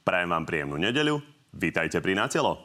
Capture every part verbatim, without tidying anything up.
Prajem vám príjemnú nedeľu. Vítajte pri Na telo.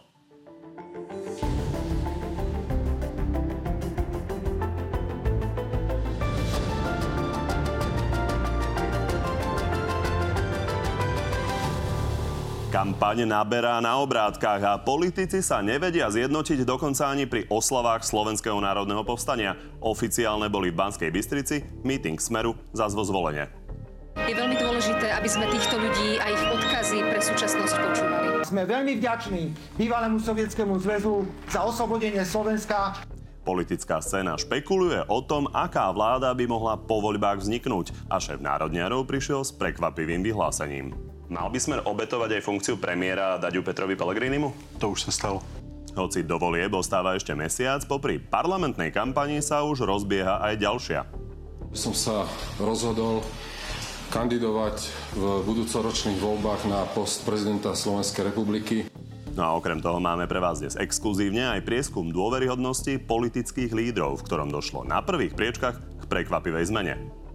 Kampaň naberá na obrátkach a politici sa nevedia zjednotiť dokonca ani pri oslavách Slovenského národného povstania. Oficiálne boli v Banskej Bystrici, meeting Smeru zas vo Zvolene. Je veľmi dôležité, aby sme týchto ľudí a ich odkazy pre súčasnosť počúvali. Sme veľmi vďační bývalému Sovietskému zväzu za oslobodenie Slovenska. Politická scéna špekuluje o tom, aká vláda by mohla po voľbách vzniknúť. A šéf národniarov prišiel s prekvapivým vyhlásením. Mal by Smer obetovať aj funkciu premiéra a dať ju Petrovi Pellegrinimu? To už sa stalo. Hoci do volieb ostáva ešte mesiac, popri parlamentnej kampani sa už rozbieha aj ďalšia. Som sa rozhodol kandidovať v budúcoročných voľbách na post prezidenta Slovenskej republiky. No a okrem toho máme pre vás dnes exkluzívne aj prieskum dôveryhodnosti politických lídrov, v ktorom došlo na prvých priečkach k prekvapivej zmene.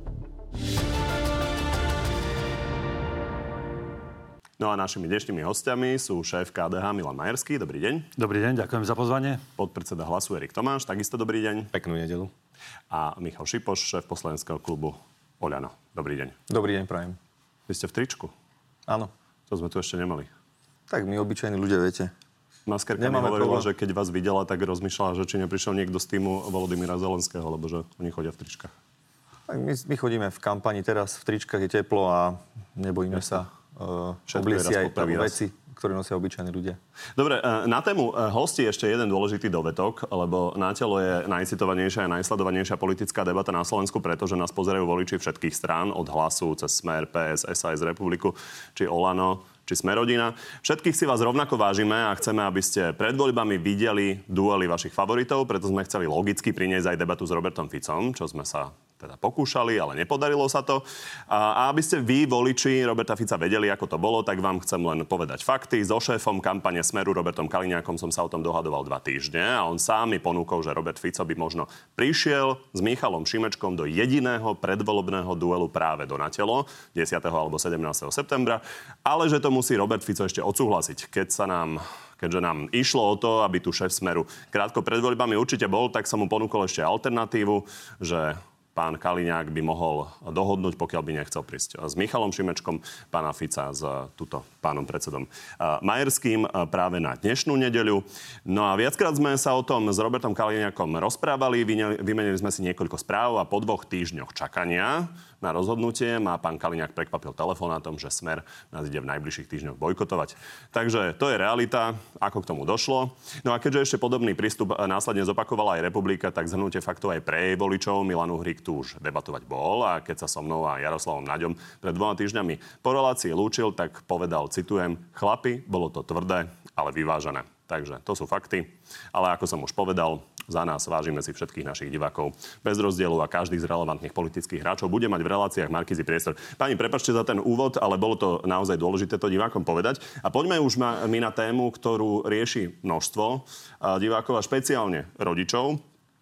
No a našimi dnešnými hostiami sú šéf ká dé há Milan Majerský. Dobrý deň. Dobrý deň, ďakujem za pozvanie. Podpredseda Hlasu Erik Tomáš, takisto dobrý deň. Peknú nedeľu. A Michal Šipoš, šéf poslaneckého klubu Oľano. Dobrý deň. Dobrý deň, prajem. Vy ste v tričku? Áno. To sme tu ešte nemali. Tak my obyčajní ľudia, viete. Maskerka mi hovorila, že keď vás videla, tak rozmýšľala, že či neprišiel niekto z týmu Volodymyra Zelenského, lebo že oni chodia v tričkách. Tak my, my chodíme v kampani teraz, v tričkách je teplo a nebojíme Jasne. sa uh, obliecť aj veci, ktoré nosia obyčajní ľudia. Dobre, na tému hostí ešte jeden dôležitý dovetok, lebo Na telo je najcitovanejšia a najsledovanejšia politická debata na Slovensku, pretože nás pozerajú voliči všetkých strán, od Hlasu cez Smer, pé es, es a es Republiku, či Olano, či Smerodina. Všetkých si vás rovnako vážime a chceme, aby ste pred voľbami videli duely vašich favoritov, preto sme chceli logicky priniesť aj debatu s Robertom Ficom, čo sme sa teda pokúšali, ale nepodarilo sa to. A aby ste vy, voliči Roberta Fica, vedeli, ako to bolo, tak vám chcem len povedať fakty. So šéfom kampane Smeru Robertom Kaliňákom som sa o tom dohadoval dva týždne a on sám mi ponúkol, že Robert Fico by možno prišiel s Michalom Šimečkom do jediného predvolebného duelu práve do Na telo desiateho alebo sedemnásteho septembra, ale že to musí Robert Fico ešte odsúhlasiť. Keď sa nám Keďže nám išlo o to, aby tu šéf Smeru krátko pred voľbami určite bol, tak som mu ponúkol ešte alternatívu, že pán Kaliňák by mohol dohodnúť, pokiaľ by nechcel prísť s Michalom Šimečkom, pána Fica s túto pánom predsedom Majerským práve na dnešnú nedeľu. No a viackrát sme sa o tom s Robertom Kaliňákom rozprávali, vymenili sme si niekoľko správ a po dvoch týždňoch čakania na rozhodnutie ma pán Kaliňák prekvapil telefonátom, že Smer nás ide v najbližších týždňoch bojkotovať. Takže to je realita, ako k tomu došlo. No a keďže ešte podobný prístup následne zopakovala aj Republika, tak zhrnutie faktov aj pre jej voličov. Milan Uhrík tu už debatovať bol a keď sa so mnou a Jaroslavom Naďom pred dvoma týždňami po relácii lúčil, tak povedal, citujem, chlapi, bolo to tvrdé, ale vyvážené. Takže to sú fakty. Ale ako som už povedal, za nás vážime si všetkých našich divákov bez rozdielu a každý z relevantných politických hráčov bude mať v reláciách Markízy priestor. Pani, prepáčte za ten úvod, ale bolo to naozaj dôležité to divákom povedať. A poďme už my na tému, ktorú rieši množstvo divákov a špeciálne rodičov.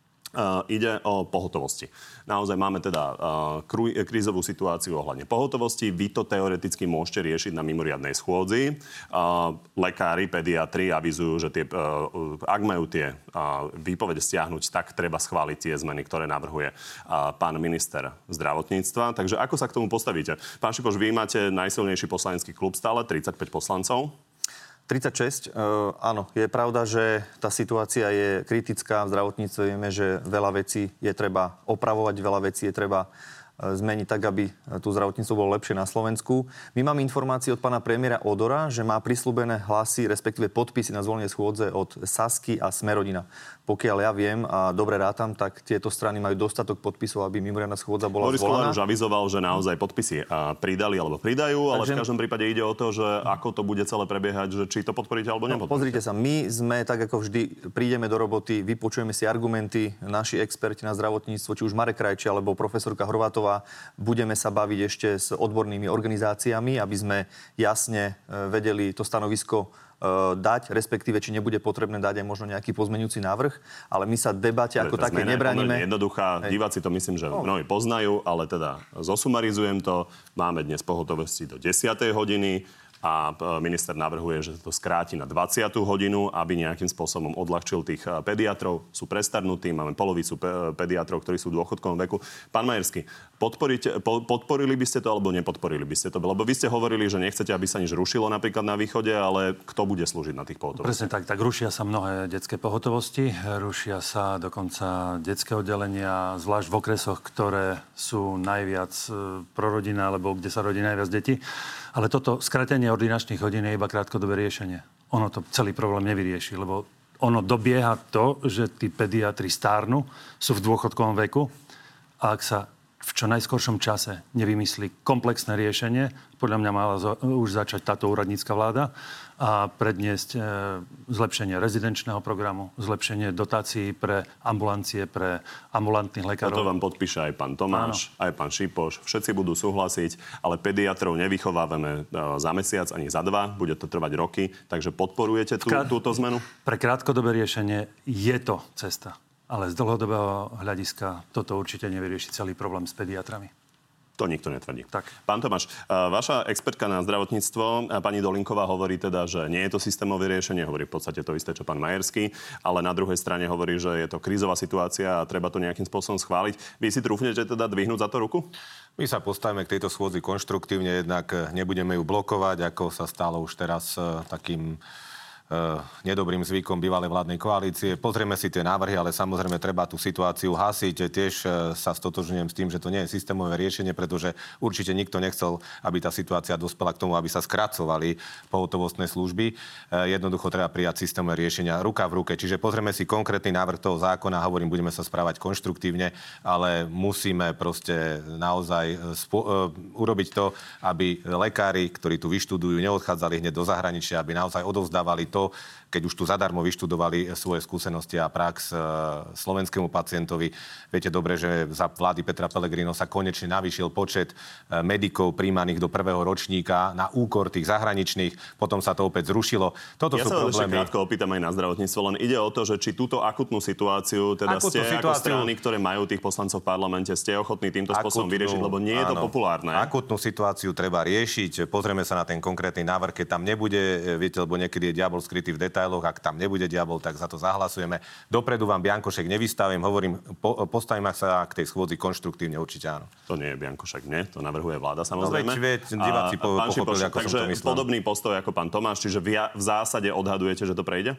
Uh, ide o pohotovosti. Naozaj máme teda uh, krú, krízovú situáciu ohľadne pohotovosti. Vy to teoreticky môžete riešiť na mimoriadnej schôdzi. Uh, lekári, pediatri avizujú, že tie, uh, ak majú tie uh, výpovede stiahnuť, tak treba schváliť tie zmeny, ktoré navrhuje uh, pán minister zdravotníctva. Takže ako sa k tomu postavíte? Pán Šipoš, vy máte najsilnejší poslanecký klub stále, tridsaťpäť poslancov. tridsaťšesť. Uh, áno, je pravda, že tá situácia je kritická. V zdravotníctve vieme, že veľa vecí je treba opravovať, veľa vecí je treba zmeniť tak, aby tu zdravotníctvo bolo lepšie na Slovensku. My máme informácie od pána premiéra Odora, že má prisľúbené hlasy, respektíve podpisy na zvolenie schôdze od Sasky a Smerodina. Pokiaľ ja viem a dobre rátam, tak tieto strany majú dostatok podpisov, aby mimoriadna schôdza bola Boris zvolaná. Kollár už avizoval, že naozaj podpisy pridali alebo pridajú, ale Takže... v každom prípade ide o to, že ako to bude celé prebiehať, že či to podporíte alebo nepodporíte. No, pozrite sa, my sme tak ako vždy, prídeme do roboty, vypočujeme si argumenty, naši experti na zdravotníctvo, či už Marek Krajčí alebo profesorka Horvátová. Budeme sa baviť ešte s odbornými organizáciami, aby sme jasne vedeli to stanovisko dať, respektíve, či nebude potrebné dať aj možno nejaký pozmeňujúci návrh, ale my sa debate ako tá také nebraníme. Jednoduchá, diváci to myslím, že no. mnohí poznajú, ale teda zosumarizujem to. Máme dnes pohotovosti do desiatej hodiny. a minister navrhuje, že to skráti na dvadsiatu hodinu, aby nejakým spôsobom odľahčil tých pediatrov. Sú prestarnutí, máme polovicu pe- pediatrov, ktorí sú v dôchodkovom veku. Pán Majerský, podporíte, po, podporili by ste to alebo nepodporili by ste to? Lebo vy ste hovorili, že nechcete, aby sa nič rušilo napríklad na východe, ale kto bude slúžiť na tých pohotovostiach? Presne tak, tak rušia sa mnohé detské pohotovosti, rušia sa dokonca detské oddelenia, zvlášť v okresoch, ktoré sú najviac e, prorodinné, alebo kde sa rodí najviac detí. Ale toto skratenie ordinačných hodín je iba krátkodobé riešenie. Ono to celý problém nevyrieši, lebo ono dobieha to, že tí pediatri stárnu, sú v dôchodkovom veku a ak sa v čo najskoršom čase nevymyslí komplexné riešenie, podľa mňa mala už začať táto úradnícka vláda a predniesť e, zlepšenie rezidenčného programu, zlepšenie dotácií pre ambulancie, pre ambulantných lekárov. To vám podpíše aj pán Tomáš, áno, aj pán Šipoš. Všetci budú súhlasiť, ale pediatrov nevychovávame za mesiac ani za dva. Bude to trvať roky. Takže podporujete tú, Krát... túto zmenu? Pre krátkodobé riešenie je to cesta. Ale z dlhodobého hľadiska toto určite nevyrieši celý problém s pediatrami. To nikto netvrdí. Tak. Pán Tomáš, vaša expertka na zdravotníctvo, pani Dolinková, hovorí teda, že nie je to systémové riešenie, hovorí v podstate to isté, čo pán Majerský, ale na druhej strane hovorí, že je to krízová situácia a treba to nejakým spôsobom schváliť. Vy si trúfnete teda dvihnúť za to ruku? My sa postavíme k tejto schôdzi konštruktívne, jednak nebudeme ju blokovať, ako sa stalo už teraz takým nedobrým zvykom bývalej vládnej koalície. Pozrieme si tie návrhy, ale samozrejme treba tú situáciu hasiť. Tiež sa stotožňujem s tým, že to nie je systémové riešenie, pretože určite nikto nechcel, aby tá situácia dospela k tomu, aby sa skracovali pohotovostné služby. Jednoducho treba prijať systémové riešenia ruka v ruke. Čiže pozrieme si konkrétny návrh toho zákona, hovorím, budeme sa správať konštruktívne, ale musíme proste naozaj spo- urobiť to, aby lekári, ktorí tu vyštudujú, neodchádzali hneď do zahraničia, aby naozaj odovzdávali to, keď už tu zadarmo vyštudovali svoje skúsenosti a prax e, slovenskému pacientovi. Viete dobre, že za vlády Petra Pellegrino sa konečne navýšil počet e, medikov príjmaných do prvého ročníka na úkor tých zahraničných. Potom sa to opäť zrušilo. Toto ja sú sa problémy. Ja sa krátko opýtam aj na zdravotníctvo, len ide o to, že či túto akutnú situáciu, teda akutnú ste situáciu... ako strany, ktoré majú tých poslancov v parlamente, ste ochotní týmto akutnú, spôsobom vyriešiť, lebo nie je áno, to populárne. Akutnú situáciu treba riešiť. Pozrieme sa na ten konkrétny návrh, keď tam nebude, viete, lebo niekedy je diabol skrytý v detailoch, ak tam nebude diabol, tak za to zahlasujeme. Dopredu vám biankošek nevystavím, hovorím, po, postavím sa k tej schôdzi konštruktívne, určite áno. To nie je biankošek, nie, to navrhuje vláda samozrejme. No veď, diváci po, pochopili, ako som to myslel. Takže podobný postoj ako pán Tomáš, čiže vy v zásade odhadujete, že to prejde?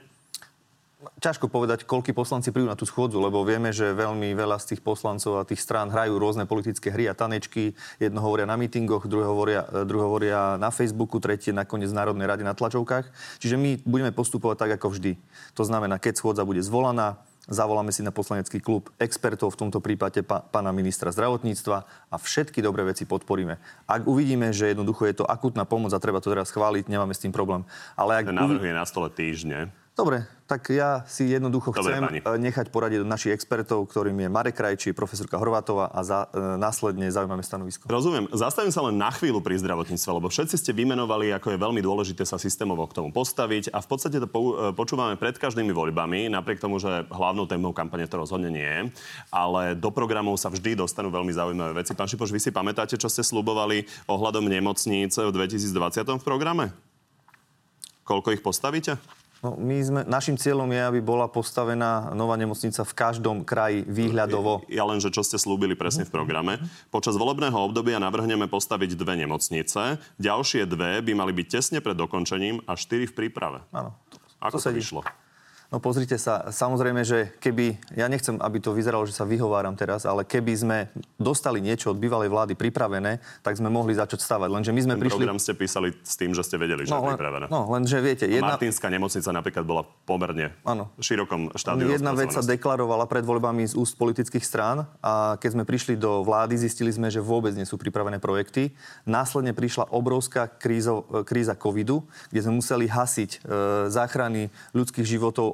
Ťažko povedať, koľko poslanci prídu na tú schôdzu, lebo vieme, že veľmi veľa z tých poslancov a tých strán hrajú rôzne politické hry a tanečky. Jedno hovoria na mítingoch, druhé hovoria, druhé hovoria na Facebooku, tretie nakoniec v Národnej rade na tlačovkách. Čiže my budeme postupovať tak, ako vždy. To znamená, keď schôdza bude zvolaná, zavoláme si na poslanecký klub expertov, v tomto prípade pá, pána ministra zdravotníctva a všetky dobré veci podporíme. Ak uvidíme, že jednoducho je to akútna pomoc a treba to teraz schváliť, nemáme s tým problém. Ale ak ten návrh je na stole týždne. Dobre, tak ja si jednoducho Dobre, chcem pani. nechať poradiť od našich expertov, ktorým je Marek Krajčí, profesorka Horvátová a za, e, následne zaujímavé stanovisko. Rozumiem. Zastavím sa len na chvíľu pri zdravotníctve, lebo všetci ste vymenovali, ako je veľmi dôležité sa systémovo k tomu postaviť a v podstate to po, počúvame pred každými voľbami, napriek tomu, že hlavnou témou kampane to rozhodne nie je, ale do programov sa vždy dostanú veľmi zaujímavé veci. Pán Šipoš, vy si pamätáte, čo ste sľubovali ohľadom nemocníc v dvetisícdvadsať v programe? Koľko ich postavíte? No, my sme, našim cieľom je, aby bola postavená nová nemocnica v každom kraji výhľadovo. Ja len, že čo ste slúbili presne v programe. Počas volebného obdobia navrhneme postaviť dve nemocnice. Ďalšie dve by mali byť tesne pred dokončením a štyri v príprave. Áno. Ako to, to vyšlo? No pozrite sa, samozrejme, že keby, ja nechcem, aby to vyzeralo, že sa vyhováram teraz, ale keby sme dostali niečo od bývalej vlády pripravené, tak sme mohli začať stavať. Lenže my sme Ten prišli... program ste písali s tým, že ste vedeli, že no, je pripravené. No, lenže viete... Jedna... Martinská nemocnica napríklad bola pomerne ano. širokom štádiu. Jedna vec sa deklarovala pred voľbami z úst politických strán a keď sme prišli do vlády, zistili sme, že vôbec nie sú pripravené projekty. Následne prišla obrovská krízo, kríza covidu, kde sme museli hasiť e, záchrany ľudských životov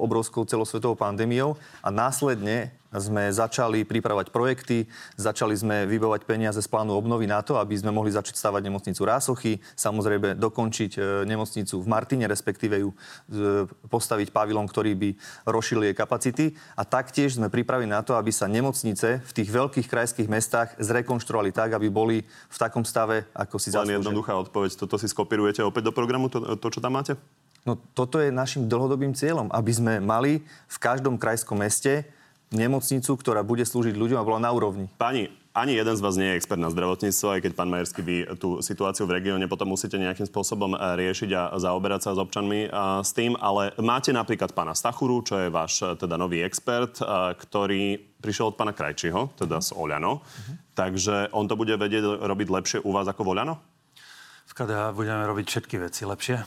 obrovskou celosvetovou pandémiou a následne sme začali pripravovať projekty, začali sme vybavovať peniaze z plánu obnovy na to, aby sme mohli začať stavať nemocnicu Rásochy, samozrejme dokončiť nemocnicu v Martine, respektíve ju postaviť pavilon, ktorý by rozšíril jej kapacity. A taktiež sme pripravili na to, aby sa nemocnice v tých veľkých krajských mestách zrekonštruovali tak, aby boli v takom stave, ako si zaslúžia. Len jednoduchá odpoveď, toto si skopírujete opäť do programu, to, to čo tam máte? No toto je našim dlhodobým cieľom, aby sme mali v každom krajskom meste nemocnicu, ktorá bude slúžiť ľuďom a bola na úrovni. Pani, ani jeden z vás nie je expert na zdravotníctvo, aj keď pán Majerský, vy tú situáciu v regióne potom musíte nejakým spôsobom riešiť a zaoberať sa s občanmi a s tým, ale máte napríklad pána Stachuru, čo je váš teda nový expert, a, ktorý prišiel od pána Krajčího, teda z Oľano. Uh-huh. Takže on to bude vedieť robiť lepšie u vás ako v Oľano? V ká dé á budeme robiť všetky veci lepšie.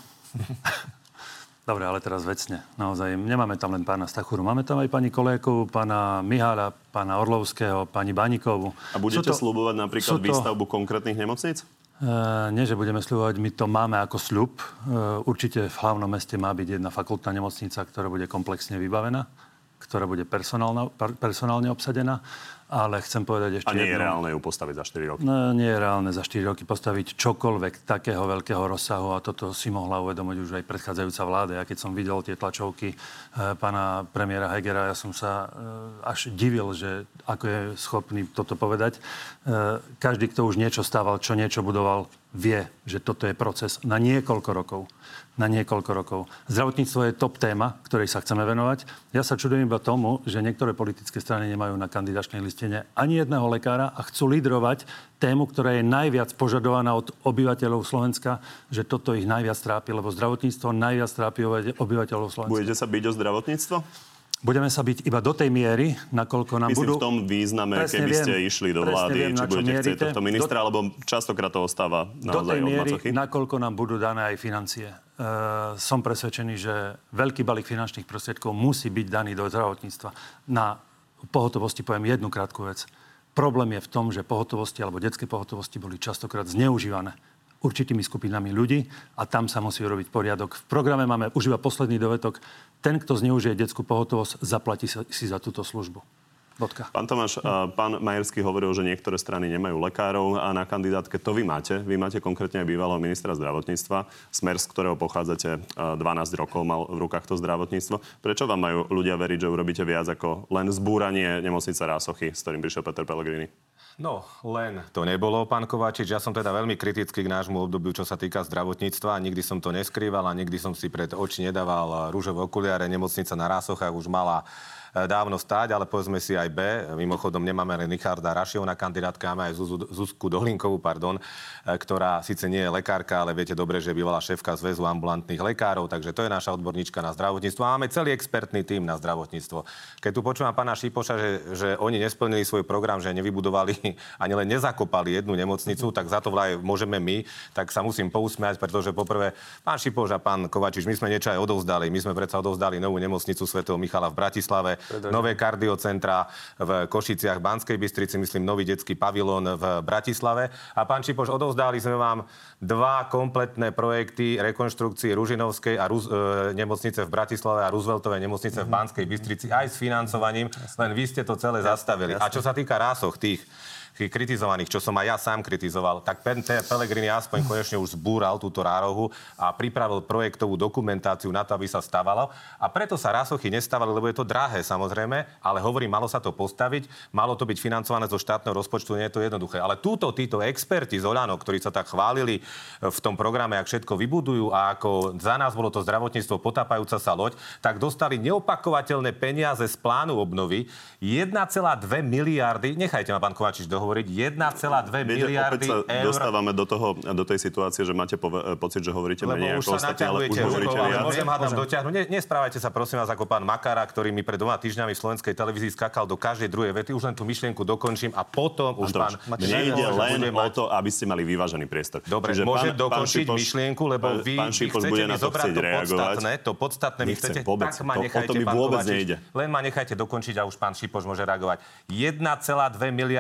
Dobre, ale teraz vecne. Naozaj, nemáme tam len pána Stachuru. Máme tam aj pani Kolékovú, pána Mihála, pána Orlovského, pani Baníkovú. A budete to, slúbovať napríklad to, výstavbu konkrétnych nemocníc? Uh, nie, že budeme slúbovať, my to máme ako sľub. Uh, určite v hlavnom meste má byť jedna fakultná nemocnica, ktorá bude komplexne vybavená, ktorá bude personálne, personálne obsadená. Ale chcem povedať ešte jedno. A nie jedno. je reálne ju postaviť za štyri roky? No, nie je reálne za štyri roky postaviť čokoľvek takého veľkého rozsahu a toto si mohla uvedomiť už aj predchádzajúca vláda. Ja keď som videl tie tlačovky e, pána premiéra Hegera, ja som sa e, až divil, že ako je schopný toto povedať. E, každý, kto už niečo stával, čo niečo budoval, vie, že toto je proces na niekoľko rokov. Na niekoľko rokov. Zdravotníctvo je top téma, ktorej sa chceme venovať. Ja sa čudujem iba tomu, že niektoré politické strany nemajú na kandidačnej listine ani jedného lekára a chcú lídrovať tému, ktorá je najviac požadovaná od obyvateľov Slovenska, že toto ich najviac trápi, lebo zdravotníctvo najviac trápi obyvateľov Slovenska. Budete sa byť o zdravotníctvo? Budeme sa byť iba do tej miery, nakoľko nám Myslím budú... v tom význame, presne keby viem, ste išli do vlády, viem, či budete mierite. chcieť tohto ministra, do... alebo častokrát to ostáva naozaj do tej od miery, macochy. nakoľko nám budú dané aj financie. Uh, som presvedčený, že veľký balík finančných prostriedkov musí byť daný do zdravotníctva. Na pohotovosti poviem jednu krátku vec. Problém je v tom, že pohotovosti alebo detské pohotovosti boli častokrát zneužívané určitými skupinami ľudí a tam sa musí urobiť poriadok. V programe máme už iba posledný dovetok. Ten, kto zneužije detskú pohotovosť, zaplatí si za túto službu. Bodka. Pán Tomáš, pán Majerský hovoril, že niektoré strany nemajú lekárov a na kandidátke to vy máte. Vy máte konkrétne aj bývalého ministra zdravotníctva. Smer, z ktorého pochádzate, dvanásť rokov mal v rukách to zdravotníctvo. Prečo vám majú ľudia veriť, že urobíte viac ako len zbúranie nemocnice Rásochy, s ktorým prišiel Peter Pellegrini? No, len to nebolo, pán Kováčič. Ja som teda veľmi kritický k nášmu obdobiu, čo sa týka zdravotníctva. Nikdy som to neskrýval a nikdy som si pred oči nedával rúžové okuliare. Nemocnica na Rásochách už mala dávno stáť, ale povedzme si aj B. Mimochodom nemáme len Richarda Rašiho na kandidátke, máme aj Zuzku Dohlinkovú, pardon, ktorá síce nie je lekárka, ale viete dobre, že bývala šéfka Zväzu ambulantných lekárov, takže to je naša odborníčka na zdravotníctvo. A máme celý expertný tím na zdravotníctvo. Keď tu počúvam pána Šipoša, že, že oni nesplnili svoj program, že nevybudovali ani len nezakopali jednu nemocnicu, tak za to vraj môžeme my, tak sa musím pousmiať, pretože poprvé pán Šipoš a pán Kovačič, my sme niečo aj odovzdali. My sme predsa odovzdali novú nemocnicu svätého Michala v Bratislave, nové kardiocentra v Košiciach, Banskej Bystrici, myslím, nový detský pavilón v Bratislave. A pán Šipoš, odovzdali sme vám dva kompletné projekty rekonštrukcie Ružinovskej a Ruz, e, nemocnice v Bratislave a Rooseveltovej nemocnice v Banskej Bystrici aj s financovaním, len vy ste to celé zastavili. A čo sa týka Rásoch, tých kritizovaných, čo som aj ja sám kritizoval, tak Peter Pellegrini aspoň konečne už zbúral túto rárohu a pripravil projektovú dokumentáciu na to, aby sa stavalo. A preto sa Rásochy nestávali, lebo je to drahé samozrejme, ale hovorím, malo sa to postaviť, malo to byť financované zo štátneho rozpočtu, nie je to jednoduché. Ale túto, títo experti z Oľano, ktorí sa tak chválili v tom programe, ak všetko vybudujú a ako za nás bolo to zdravotníctvo potápajúca sa loď, tak dostali neopakovateľné peniaze z plánu obnovy jeden celá dva miliardy, nechajte ma pán Kovačič dohovoriť, jeden celá dva miliardy eur. Opäť sa dostávame do, toho, do tej situácie, že máte pove- pocit, že hovoríte menej ako ostatní, ale už hovoríte viac. Môžem hádam dotiahnuť. Ne, nesprávajte sa prosím vás ako pán Makara, ktorý mi pred dvoma týždňami v slovenskej televízii skakal do každej druhej vety. Už len tú myšlienku dokončím a potom už Antoš, pán... Mne ide len o to, aby ste mali vyvážený priestor. Dobre, čiže môžem pán, dokončiť pán Šipoš, myšlienku, lebo vy, pán vy chcete mi zobrať to podstatné. To podstatné mi chcete... Vôbec, tak ma to, nechajte, o to mi pán vôbec Kovačič, nejde. len ma nechajte dokončiť a už pán Šipoš môže reagovať. jeden celá dva miliardy eur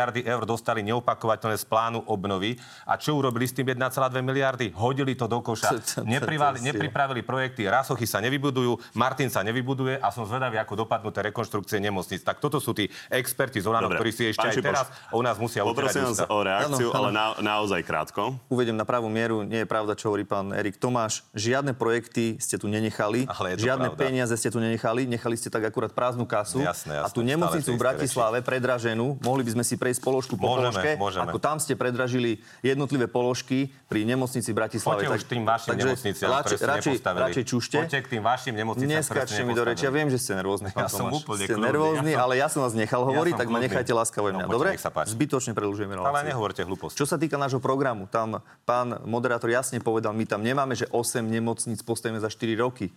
dostali neopakovateľné z plánu obnovy. A čo urobili s tým jeden celá dva miliardy? Hodili to do koša. Neprivali, nepripravili projekty. Rasochy sa nevybudujú, Martin sa nevybuduje a som zvedavý, ako dopadnú tie rekonštrukcie nemocníc. Tak toto sú tí experti z Olano, ktorí si ešte aj teraz u nás musia utierať ústa. Poprosím vás o reakciu, ano, ano. ale na, naozaj krátko. Uvedem na pravú mieru. Nie je pravda, čo hovorí pán Erik Tomáš. Žiadne projekty ste tu nenechali. Žiadne pravda. Peniaze ste tu nenechali. Nechali ste tak akurát prázdnu kasu. Jasné, jasné, a tú nemocnicu v Bratislave predraženú, mohli by sme si prejsť položku po môžeme, položke. Môžeme. Ako tam ste predražili jednotlivé položky pri nemocnici v Bratislave. Poďte tak, už tým vašim nemocniciam, ktoré ste nepostavili. Radšej čušte. Poďte k tým vašim nemocniciam, Neskáčte mi do reči. Ja viem, že ste nervózni, pán ja Tomáš. Ste nervózni, ale ja som vás nechal hovoriť, tak ma nechajte láskavo mňa. No, dobre? Zbytočne predĺžujeme reláciu. Ale nehovorte hlúposti. Čo sa týka nášho programu, tam pán moderátor jasne povedal, my tam nemáme, že osem nemocníc postavíme za štyri roky.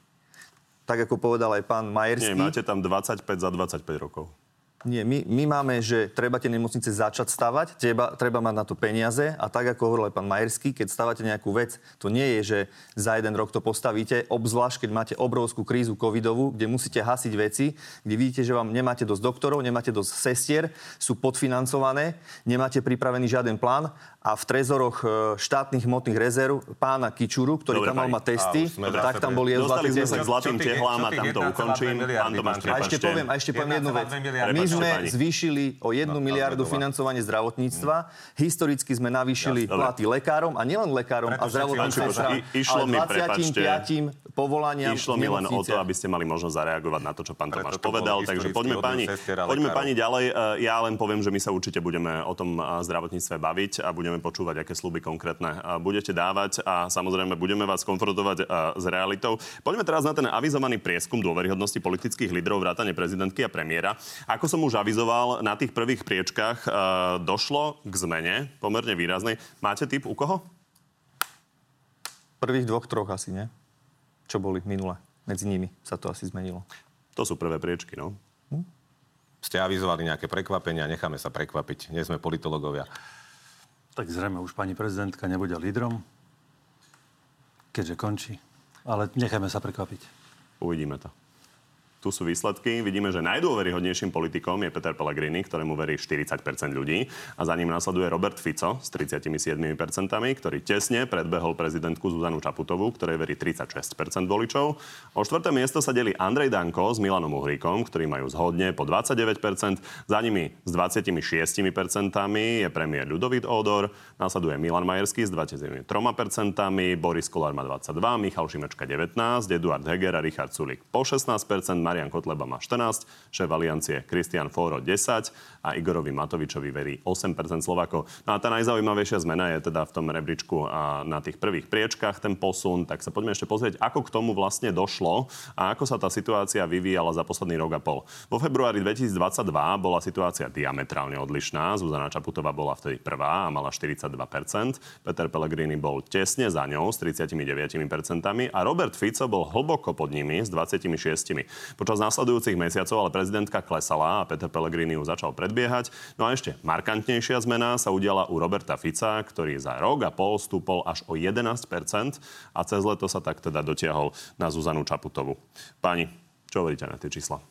Tak ako povedal aj pán Majerský. Nie, máte tam dvadsaťpäť za dvadsaťpäť rokov. Nie, my, my máme, že treba tie nemocnice začať stavať, treba, treba mať na to peniaze a tak, ako hovoril aj pán Majerský, keď stavate nejakú vec, to nie je, že za jeden rok to postavíte, obzvlášť, keď máte obrovskú krízu covidovú, kde musíte hasiť veci, kde vidíte, že vám nemáte dosť doktorov, nemáte dosť sestier, sú podfinancované, nemáte pripravený žiaden plán a v trezoroch štátnych hmotných rezerv pána Kičuru, ktorý Dobre, tam mal mať testy, tak tam boli Dostali sme sa k zlatým tehlám a tam to ukončím. Pán Tomáš, a ešte poviem, a ešte poviem jednu vec. My sme zvýšili o jednu miliardu financovanie zdravotníctva. Historicky sme navýšili platy lekárom a nielen lekárom a zdravotným sestrám, ale dvadsaťpäť povolaniam Išlo mi len o to, aby ste mali možnosť zareagovať na to, čo pán Tomáš povedal. Takže poďme pani, poďme pani ďalej. Ja len poviem, že my sa určite budeme o tom zdravotníctve baviť a budeme počúvať, aké sľuby konkrétne budete dávať a samozrejme budeme vás konfrontovať s realitou. Poďme teraz na ten avizovaný prieskum dôveryhodnosti politických lídrov vrátane prezidentky a premiéra. Ako som už avizoval, na tých prvých priečkách došlo k zmene pomerne výraznej. Máte tip u koho? Prvých dvoch, troch asi, nie? Čo boli minule. Medzi nimi sa to asi zmenilo. To sú prvé priečky, no. Hm? Ste avizovali nejaké prekvapenia, necháme sa prekvapiť. Nie sme politológovia. Tak zrejme už pani prezidentka nebude lídrom, keďže končí. Ale necháme sa prekvapiť. Uvidíme to. Tu sú výsledky. Vidíme, že najdôveryhodnejším politikom je Peter Pellegrini, ktorému verí štyridsať percent ľudí. A za ním nasleduje Robert Fico s tridsaťsedem percent, ktorý tesne predbehol prezidentku Zuzanu Čaputovú, ktorej verí tridsaťšesť percent voličov. O štvrté miesto sa delí Andrej Danko s Milanom Uhríkom, ktorí majú zhodne po dvadsaťdeväť percent. Za nimi s dvadsaťšesť percent je premiér Ľudovít Ódor. Nasleduje Milan Majerský s dvadsaťtri percent, Boris Kollár má dvadsaťdva, Michal Šimečka devätnásť, Eduard Heger a Richard Sulík po šestnásť percent, Marian Kotleba má štrnásť, šéf Aliancie Kristian Fóro desať a Igorovi Matovičovi verí osem percent Slovákov. No a tá najzaujímavejšia zmena je teda v tom rebríčku a na tých prvých priečkách ten posun. Tak sa poďme ešte pozrieť, ako k tomu vlastne došlo a ako sa tá situácia vyvíjala za posledný rok a pol. Vo februári dvetisícdvadsaťdva bola situácia diametrálne odlišná. Zuzana Čaputová bola vtedy prvá a mala štyridsaťdva percent. Peter Pellegrini bol tesne za ňou s tridsaťdeväť percent a Robert Fico bol hlboko pod nimi s dvadsaťšesť percent. Počas následujúcich mesiacov ale prezidentka klesala a Peter Pellegrini ju začal predbiehať. No a ešte markantnejšia zmena sa udiala u Roberta Fica, ktorý za rok a pol stúpol až o jedenásť percent a cez leto sa tak teda dotiahol na Zuzanu Čaputovú. Páni, čo hovoríte na tie čísla?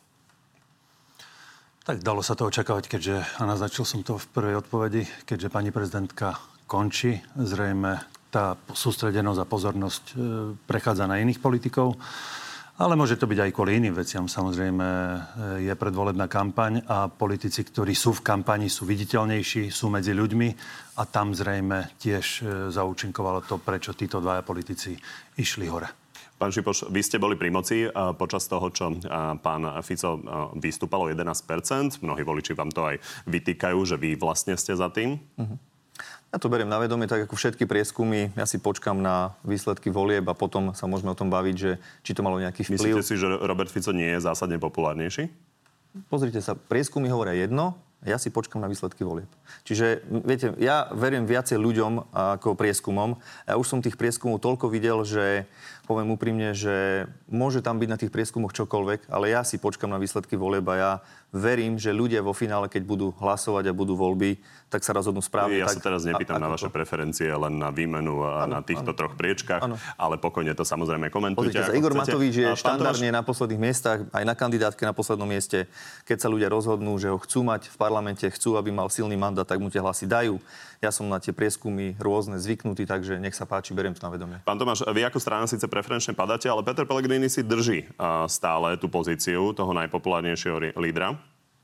Tak dalo sa to očakávať, keďže, a naznačil som to v prvej odpovedi, keďže pani prezidentka končí, zrejme tá sústredenosť a pozornosť e, prechádza na iných politikov. Ale môže to byť aj kvôli iným veciam. Samozrejme, je predvolebná kampaň a politici, ktorí sú v kampani, sú viditeľnejší, sú medzi ľuďmi a tam zrejme tiež zaúčinkovalo to, prečo títo dvaja politici išli hore. Pán Šipoš, vy ste boli pri moci počas toho, čo pán Fico vystúpal o jedenásť percent. Mnohí voliči vám to aj vytýkajú, že vy vlastne ste za tým. Uh-huh. Ja to beriem na vedomie, tak ako všetky prieskumy. Ja si počkam na výsledky volieb a potom sa môžeme o tom baviť, že či to malo nejaký vplyv. Myslíte si, že Robert Fico nie je zásadne populárnejší? Pozrite sa, prieskumy hovoria jedno, ja si počkam na výsledky volieb. Čiže, viete, ja verím viacej ľuďom ako prieskumom. Ja už som tých prieskumov toľko videl, že poviem úprimne, že môže tam byť na tých prieskumoch čokoľvek, ale ja si počkam na výsledky volieb a ja verím, že ľudia vo finále, keď budú hlasovať a budú voľby, tak sa rozhodnú správne. Ja tak, sa teraz nepýtam a, na vaše to? preferencie, len na výmenu a ano, na týchto ano. troch priečkách, ano. ale pokojne to samozrejme komentujte. Pozrite sa, Igor chcete. Matovič je Tomáš... štandardne na posledných miestach, aj na kandidátke na poslednom mieste. Keď sa ľudia rozhodnú, že ho chcú mať v parlamente, chcú, aby mal silný mandát, tak mu tie hlasy dajú. Ja som na tie prieskumy rôzne zvyknutý, takže nech sa páči, beriem to na vedomie. Pán Tomáš, vy ako strana síce preferenčne padáte, ale Peter Pellegrini si drží uh, stále tú pozíciu toho najpopulárnejšieho lídra.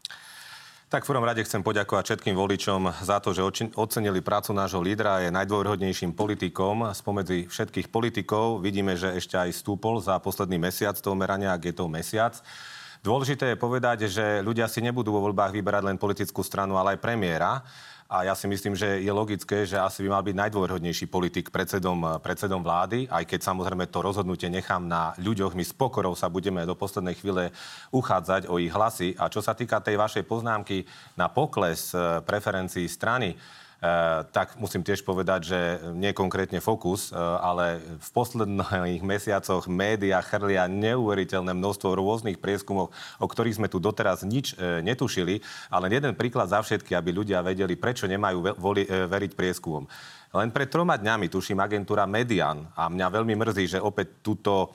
Tak v prvom rade chcem poďakovať všetkým voličom za to, že ocenili prácu nášho lídra. Je najdôveryhodnejším politikom spomedzi všetkých politikov. Vidíme, že ešte aj stúpol za posledný mesiac toho merania, ak je to mesiac. Dôležité je povedať, že ľudia si nebudú vo voľbách vyberať len politickú stranu, ale aj premiéra. A ja si myslím, že je logické, že asi by mal byť najdôveryhodnejší politik predsedom, predsedom vlády, aj keď samozrejme to rozhodnutie nechám na ľuďoch. My s pokorou sa budeme do poslednej chvíle uchádzať o ich hlasy. A čo sa týka tej vašej poznámky na pokles preferencií strany, Uh, tak musím tiež povedať, že nie konkrétne Fokus, uh, ale v posledných mesiacoch médiá chrlia neuveriteľné množstvo rôznych prieskumov, o ktorých sme tu doteraz nič uh, netušili, ale jeden príklad za všetky, aby ľudia vedeli, prečo nemajú ve- voli- uh, veriť prieskumom. Len pred troma dňami, tuším, agentúra Median, a mňa veľmi mrzí, že opäť túto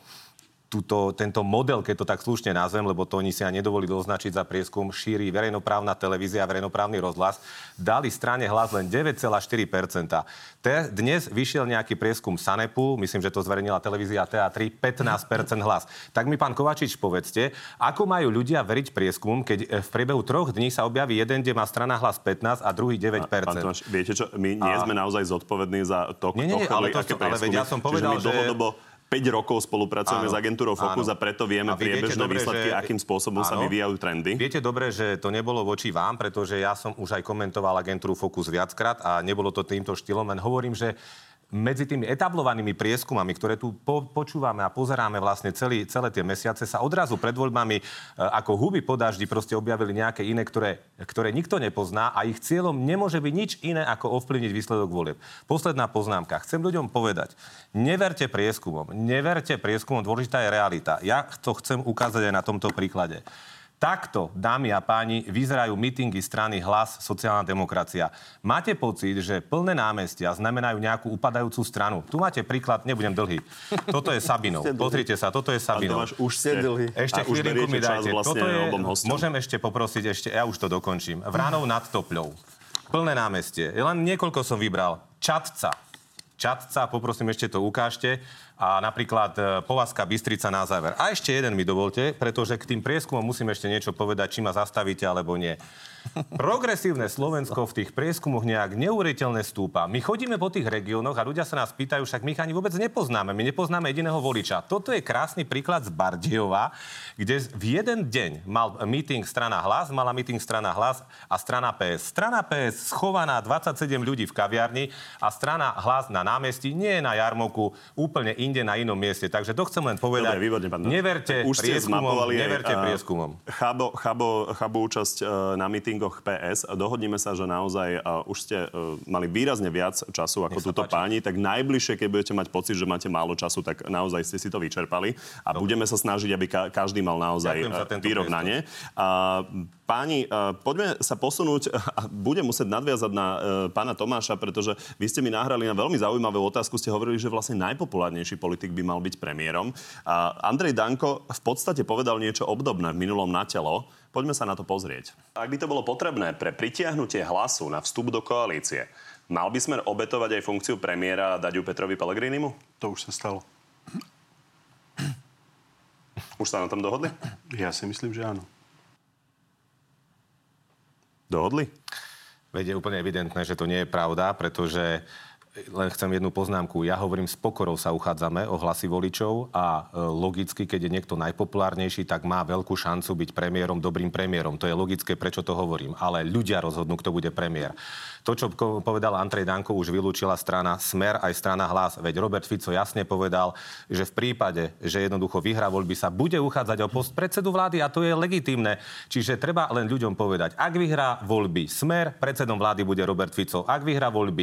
Tuto, tento model, keď to tak slušne nazvem, lebo to oni si aj nedovolili označiť za prieskum, šíri verejnoprávna televízia a verejnoprávny rozhlas, dali strane Hlas len deväť celá štyri percenta. Te, dnes vyšiel nejaký prieskum Sanepu, myslím, že to zverejnila televízia té á tri, pätnásť percent hlas. Tak mi, pán Kovačič, povedzte, ako majú ľudia veriť prieskumom, keď v priebehu troch dní sa objaví jeden, kde má strana Hlas pätnásť a druhý deväť percent. Pán Tomáš, viete čo, my nie a... sme naozaj zodpovední za to, nie, nie, nie, ale, to, ale veď ja som povedal, že... dlhodobo päť rokov spolupracujeme áno, s agentúrou Focus a preto vieme priebežné výsledky, že... akým spôsobom áno, sa vyvíjajú trendy. Viete dobre, že to nebolo voči vám, pretože ja som už aj komentoval agentúru Focus viackrát a nebolo to týmto štýlom, len hovorím, že medzi tými etablovanými prieskumami, ktoré tu po, počúvame a pozeráme vlastne celý, celé tie mesiace, sa odrazu pred voľbami e, ako huby po daždi proste objavili nejaké iné, ktoré, ktoré nikto nepozná a ich cieľom nemôže byť nič iné, ako ovplyvniť výsledok volieb. Posledná poznámka. Chcem ľuďom povedať, neverte prieskumom, neverte prieskumom, dôležitá je realita. Ja to chcem ukázať aj na tomto príklade. Takto, dámy a páni, vyzerajú mítingy strany Hlas, sociálna demokracia. Máte pocit, že plné námestia znamenajú nejakú upadajúcu stranu? Tu máte príklad, nebudem dlhý. Toto je Sabinov. Pozrite sa, toto je Sabinov. Už ste dlhý. Ešte chvíľinku mi dajte. Vlastne toto je, môžem ešte poprosiť, ešte, ja už to dokončím. Vránov nad Topľou. Plné námestie. Len niekoľko som vybral. Čadca. Čadca, poprosím, ešte to ukážte. A napríklad Povazka Bystrica na záver. A ešte jeden mi dovolte, pretože k tým prieskumom musím ešte niečo povedať, či ma zastavíte alebo nie. Progresívne Slovensko v tých prieskumoch nejak neuveriteľne stúpa. My chodíme po tých regiónoch a ľudia sa nás pýtajú, však my ich ani vôbec nepoznáme. My nepoznáme jediného voliča. Toto je krásny príklad z Bardejova, kde v jeden deň mal meeting strana Hlas, mala meeting strana Hlas a strana pé es. Strana pé es schovaná dvadsaťsedem ľudí v kaviarni a strana Hlas na námestí, nie na jarmoku, úplne inde na inom mieste. Takže to chcem len povedať. Dobre, výborne, pán. Neverte prieskumom, neverte prieskumom. Chabo, chabo, chabo účasť na meetingoch pé es. Dohodneme sa, že naozaj uh, už ste uh, mali výrazne viac času ako túto páni, tak najbližšie, keď budete mať pocit, že máte málo času, tak naozaj ste si to vyčerpali a Dobre. budeme sa snažiť, aby ka- každý mal naozaj vyrovnanie. Uh, páni, uh, poďme sa posunúť a budem musieť nadviazať na uh, pána Tomáša, pretože vy ste mi nahrali na veľmi zaujímavú otázku. Ste hovorili, že vlastne najpopulárnejší politik by mal byť premiérom. Uh, Andrej Danko v podstate povedal niečo obdobné v minulom Na telo. Poďme sa na to pozrieť. Ak by to bolo potrebné pre pritiahnutie Hlasu na vstup do koalície, mal by Smer obetovať aj funkciu premiéra a dať ju Petrovi Pellegrinimu? To už sa stalo. Už sa na tom dohodli? Ja si myslím, že áno. Dohodli? Veď je úplne evidentné, že to nie je pravda, pretože len chcem jednu poznámku. Ja hovorím, s pokorou sa uchádzame o hlasy voličov a e, logicky, keď je niekto najpopulárnejší, tak má veľkú šancu byť premiérom, dobrým premiérom. To je logické, prečo to hovorím. Ale ľudia rozhodnú, kto bude premiér. To, čo povedal Andrej Danko, už vylúčila strana Smer aj strana Hlas. Veď Robert Fico jasne povedal, že v prípade, že jednoducho vyhrá voľby, sa bude uchádzať o post predsedu vlády a to je legitímne. Čiže treba len ľuďom povedať, ak vyhrá voľby Smer, predsedom vlády bude Robert Fico. Ak vyhrá voľby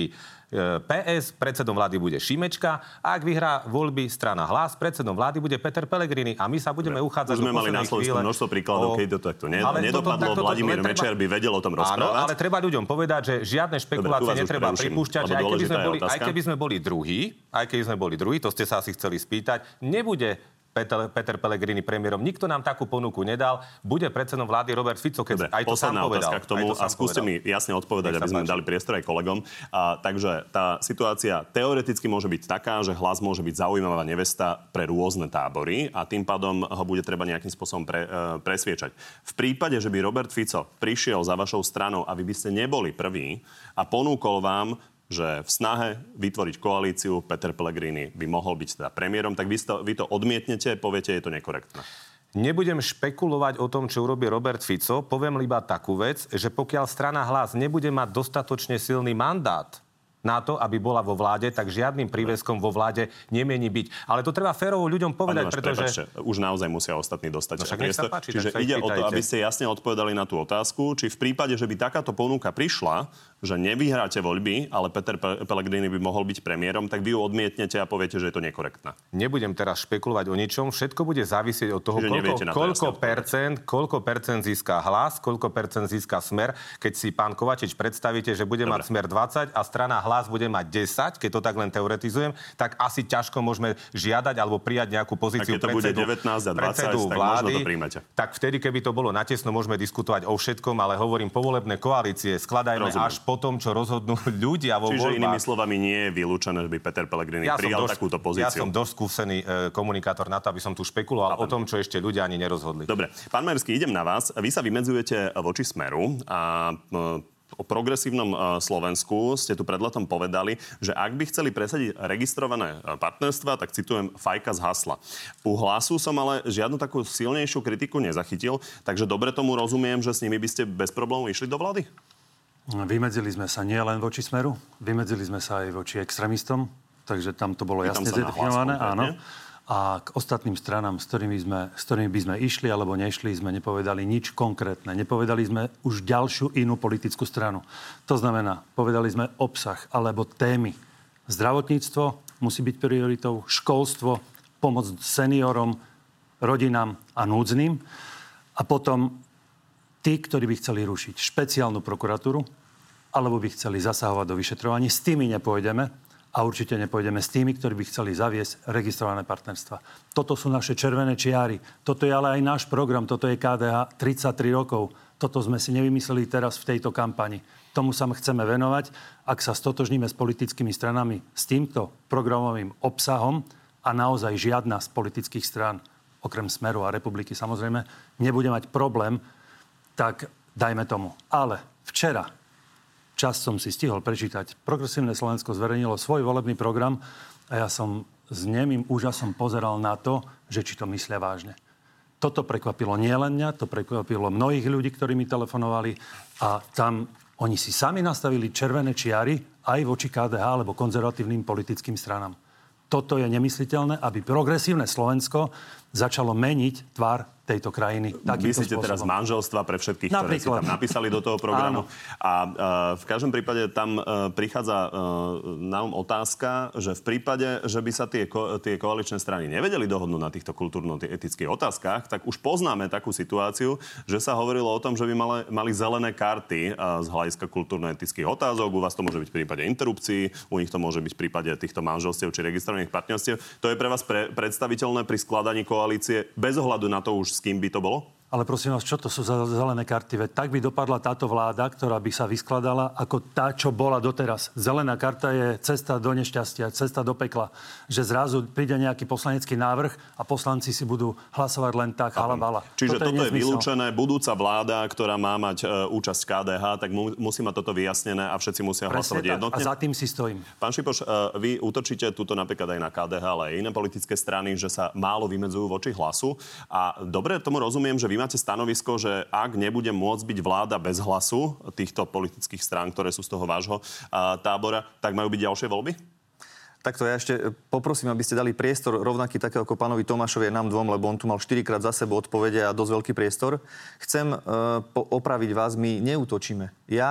pé es, predsedom vlády bude Šimečka a ak vyhrá voľby strana Hlas, predsedom vlády bude Peter Pellegrini a my sa budeme uchádzať. Už sme mali na Slovensku množstvo príkladov, o... keď to takto nedopadlo. Vladimír treba... Mečiar by vedel o tom rozprávať. Áno, ale treba ľuďom povedať, že žiadne špekulácie Dobre, netreba pripúšťať, že aj keby, sme boli, aj keby sme boli druhí, aj keby sme boli druhí, to ste sa asi chceli spýtať, nebude Peter, Peter Pellegrini premiérom. Nikto nám takú ponuku nedal. Bude predsedom vlády Robert Fico, keď Dobre, aj to sám povedal. K tomu a skúste povedal. mi jasne odpovedať, aby sme dali priestor aj kolegom. A, takže tá situácia teoreticky môže byť taká, že Hlas môže byť zaujímavá nevesta pre rôzne tábory a tým pádom ho bude treba nejakým spôsobom pre, e, presviečať. V prípade, že by Robert Fico prišiel za vašou stranou a vy by ste neboli prví a ponúkol vám, že v snahe vytvoriť koalíciu Peter Pellegrini by mohol byť teda premiérom, tak vy to, vy to odmietnete, poviete, je to nekorektné. Nebudem špekulovať o tom, čo urobí Robert Fico. Poviem iba takú vec, že pokiaľ strana Hlas nebude mať dostatočne silný mandát na to, aby bola vo vláde, tak žiadnym príveskom vo vláde nemieni byť. Ale to treba férovo ľuďom povedať, Máš, pretože... Prepáčte, už naozaj musia ostatní dostať. No však nech sa páči, Čiže ide o to, aby ste jasne odpovedali na tú otázku, či v prípade, že by takáto ponuka prišla, že nevyhráte voľby, ale Peter Pellegrini by mohol byť premiérom, tak vy ju odmietnete a poviete, že je to nekorektné. Nebudem teraz špekulovať o ničom. Všetko bude závisieť od toho, koľko, koľko, percent, koľko percent získa Hlas, koľko percent získa Smer. Keď si pán Kovačič predstavíte, že bude Dobre. mať Smer dvadsať a strana Hlas bude mať desať, keď to tak len teoretizujem, tak asi ťažko môžeme žiadať alebo prijať nejakú pozíciu predsedu, bude devätnásť a dvadsať, tak vlády. To príjmete. Tak vtedy, keby to bolo natesno, môžeme diskutovať o všetkom, ale hovorím, povolebné koalície skladajme Rozumiem. až po tom, čo rozhodnú ľudia vo voľbách. Čiže inými slovami nie je vylúčené, že by Peter Pellegrini ja prijal dosť, takúto pozíciu. Ja som dosť skúsený e, komunikátor na to, aby som tu špekuloval Chápem. o tom, čo ešte ľudia ani nerozhodli. Dobre, pán Majerský, idem na vás. Vy sa vymedzujete voči Smeru a e, o progresívnom e, Slovensku ste tu pred letom povedali, že ak by chceli presadiť registrované partnerstva, tak citujem Fajka z hasla. U Hlasu som ale žiadnu takú silnejšiu kritiku nezachytil, takže dobre tomu rozumiem, že s nimi by ste bez problémov išli do vlády? Vymedzili sme sa nie len voči Smeru, vymedzili sme sa aj voči extrémistom, takže tam to bolo jasne zadefinované, áno. A k ostatným stranám, s ktorými, sme, s ktorými by sme išli alebo nešli, sme nepovedali nič konkrétne. Nepovedali sme už ďalšiu inú politickú stranu. To znamená, povedali sme obsah alebo témy. Zdravotníctvo musí byť prioritou, školstvo, pomoc seniorom, rodinám a núdznym. A potom tí, ktorí by chceli rušiť špeciálnu prokuratúru, alebo by chceli zasahovať do vyšetrovaní, s tými nepôjdeme a určite nepôjdeme s tými, ktorí by chceli zaviesť registrované partnerstva. Toto sú naše červené čiary. Toto je ale aj náš program. Toto je ká dé há tridsaťtri rokov. Toto sme si nevymysleli teraz v tejto kampani. Tomu sa chceme venovať. Ak sa stotožníme s politickými stranami s týmto programovým obsahom a naozaj žiadna z politických strán, okrem Smeru a Republiky samozrejme, nebude mať problém, tak dajme tomu. Ale včera, čas som si stihol prečítať, Progresívne Slovensko zverejnilo svoj volebný program a ja som s nemým úžasom pozeral na to, že či to myslia vážne. Toto prekvapilo nielen mňa, to prekvapilo mnohých ľudí, ktorí mi telefonovali a tam oni si sami nastavili červené čiary aj voči ká dé há alebo konzervatívnym politickým stranám. Toto je nemysliteľné, aby Progresívne Slovensko začalo meniť tvár tejto krajiny takýmto Myslíte spôsobom. teraz manželstva pre všetkých, ktoré si tam napísali do toho programu. A uh, v každom prípade tam uh, prichádza uh, na um otázka, že v prípade, že by sa tie, ko- tie koaličné strany nevedeli dohodnúť na týchto kultúrno-etických otázkach, tak už poznáme takú situáciu, že sa hovorilo o tom, že by mali, mali zelené karty uh, z hľadiska kultúrno-etických otázok. U vás to môže byť v prípade interrupcií, u nich to môže byť v prípade týchto manželstiev či registrovaných partnerstiev. To je pre vás pre- predstaviteľné pri skladaní koalície bez ohľadu na to už s kým by to bolo? Ale prosím vás, čo to sú za zelené karty? Veď tak by dopadla táto vláda, ktorá by sa vyskladala ako tá, čo bola doteraz. Zelená karta je cesta do nešťastia, cesta do pekla. Že zrazu príde nejaký poslanecký návrh a poslanci si budú hlasovať len tak, halabala. Čiže toto, toto je, je vylúčené. Budúca vláda, ktorá má mať e, účasť ká dé há, tak mu, musí mať toto vyjasnené a všetci musia Presne hlasovať tak. jednotne. A za tým si stojím. Pán Šipoš, e, vy útočíte tuto napríklad aj na ká dé há, ale aj iné politické strany, že sa málo vymedzujú voči Hlasu. A dobre tomu rozumiem, že vy máte stanovisko, že ak nebude môcť byť vláda bez Hlasu týchto politických strán, ktoré sú z toho vášho a, tábora, tak majú byť ďalšie voľby? Takto ja ešte poprosím, aby ste dali priestor rovnaký takého ako pánovi Tomášovi a nám dvom, lebo on tu mal štyrikrát za sebou odpovede a dosť veľký priestor. Chcem uh, opraviť vás, my neútočíme. Ja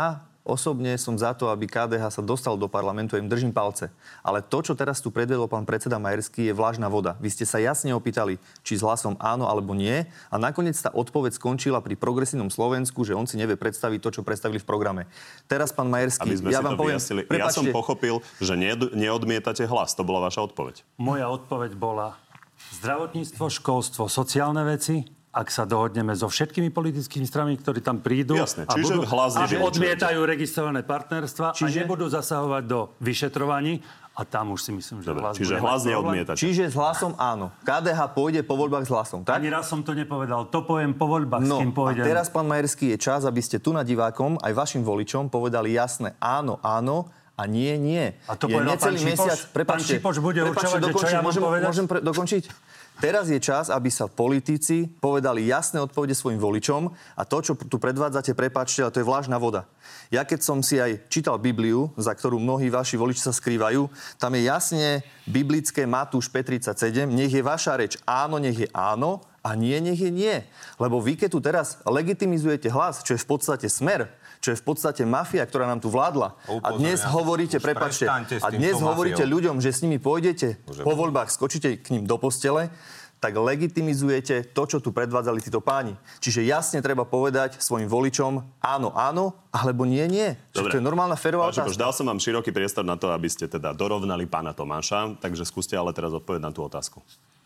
osobne som za to, aby ká dé há sa dostal do parlamentu, ja im držím palce. Ale to, čo teraz tu predvedol pán predseda Majerský, je vlažná voda. Vy ste sa jasne opýtali, či s Hlasom áno alebo nie, a nakoniec tá odpoveď skončila pri progresívnom Slovensku, že on si nevie predstaviť to, čo predstavili v programe. Teraz pán Majerský, ja vám poviem, prepáčte, ja som pochopil, že neodmietate Hlas. To bola vaša odpoveď. Moja odpoveď bola zdravotníctvo, školstvo, sociálne veci. Ak sa dohodneme so všetkými politickými stranami, ktorí tam prídu, jasne, a, budú, a odmietajú registrované partnerstva čiže... a nebudú zasahovať do vyšetrovaní, a tam už si myslím, že Dobre, Hlas čiže Hlas neodmietate. Čiže s Hlasom áno. ká dé há pôjde po voľbách s Hlasom, tak? Ani raz som to nepovedal. To poviem po voľbách, no, s kým pôjdem. A teraz, pán Majerský, je čas, aby ste tu na divákom, aj vašim voličom, povedali jasné áno, áno, a nie, nie. A to je povedal pán Šipoš? Pán Šipoš bude určovať, že čo ja mám môžem, povedať? Môžem pre, dokončiť? Teraz je čas, aby sa politici povedali jasné odpovede svojim voličom, a to, čo tu predvádzate, prepáčte, ale to je vlažná voda. Ja keď som si aj čítal Bibliu, za ktorú mnohí vaši voliči sa skrývajú, tam je jasne biblické Matúš päť tridsaťsedem, nech je vaša reč áno, nech je áno, a nie, nech je nie. Lebo vy, keď tu teraz legitimizujete Hlas, čo je v podstate Smer, čo je v podstate mafia, ktorá nám tu vládla. A dnes hovoríte, prepáčte, a dnes hovoríte ľuďom, že s nimi pôjdete po voľbách, skočíte k ním do postele, tak legitimizujete to, čo tu predvádzali títo páni. Čiže jasne treba povedať svojim voličom áno, áno, alebo nie, nie. Čiže to je normálna férová otázka. Dal som vám široký priestor na to, aby ste teda dorovnali pána Tomáša, takže skúste ale teraz odpovedať na tú otázku.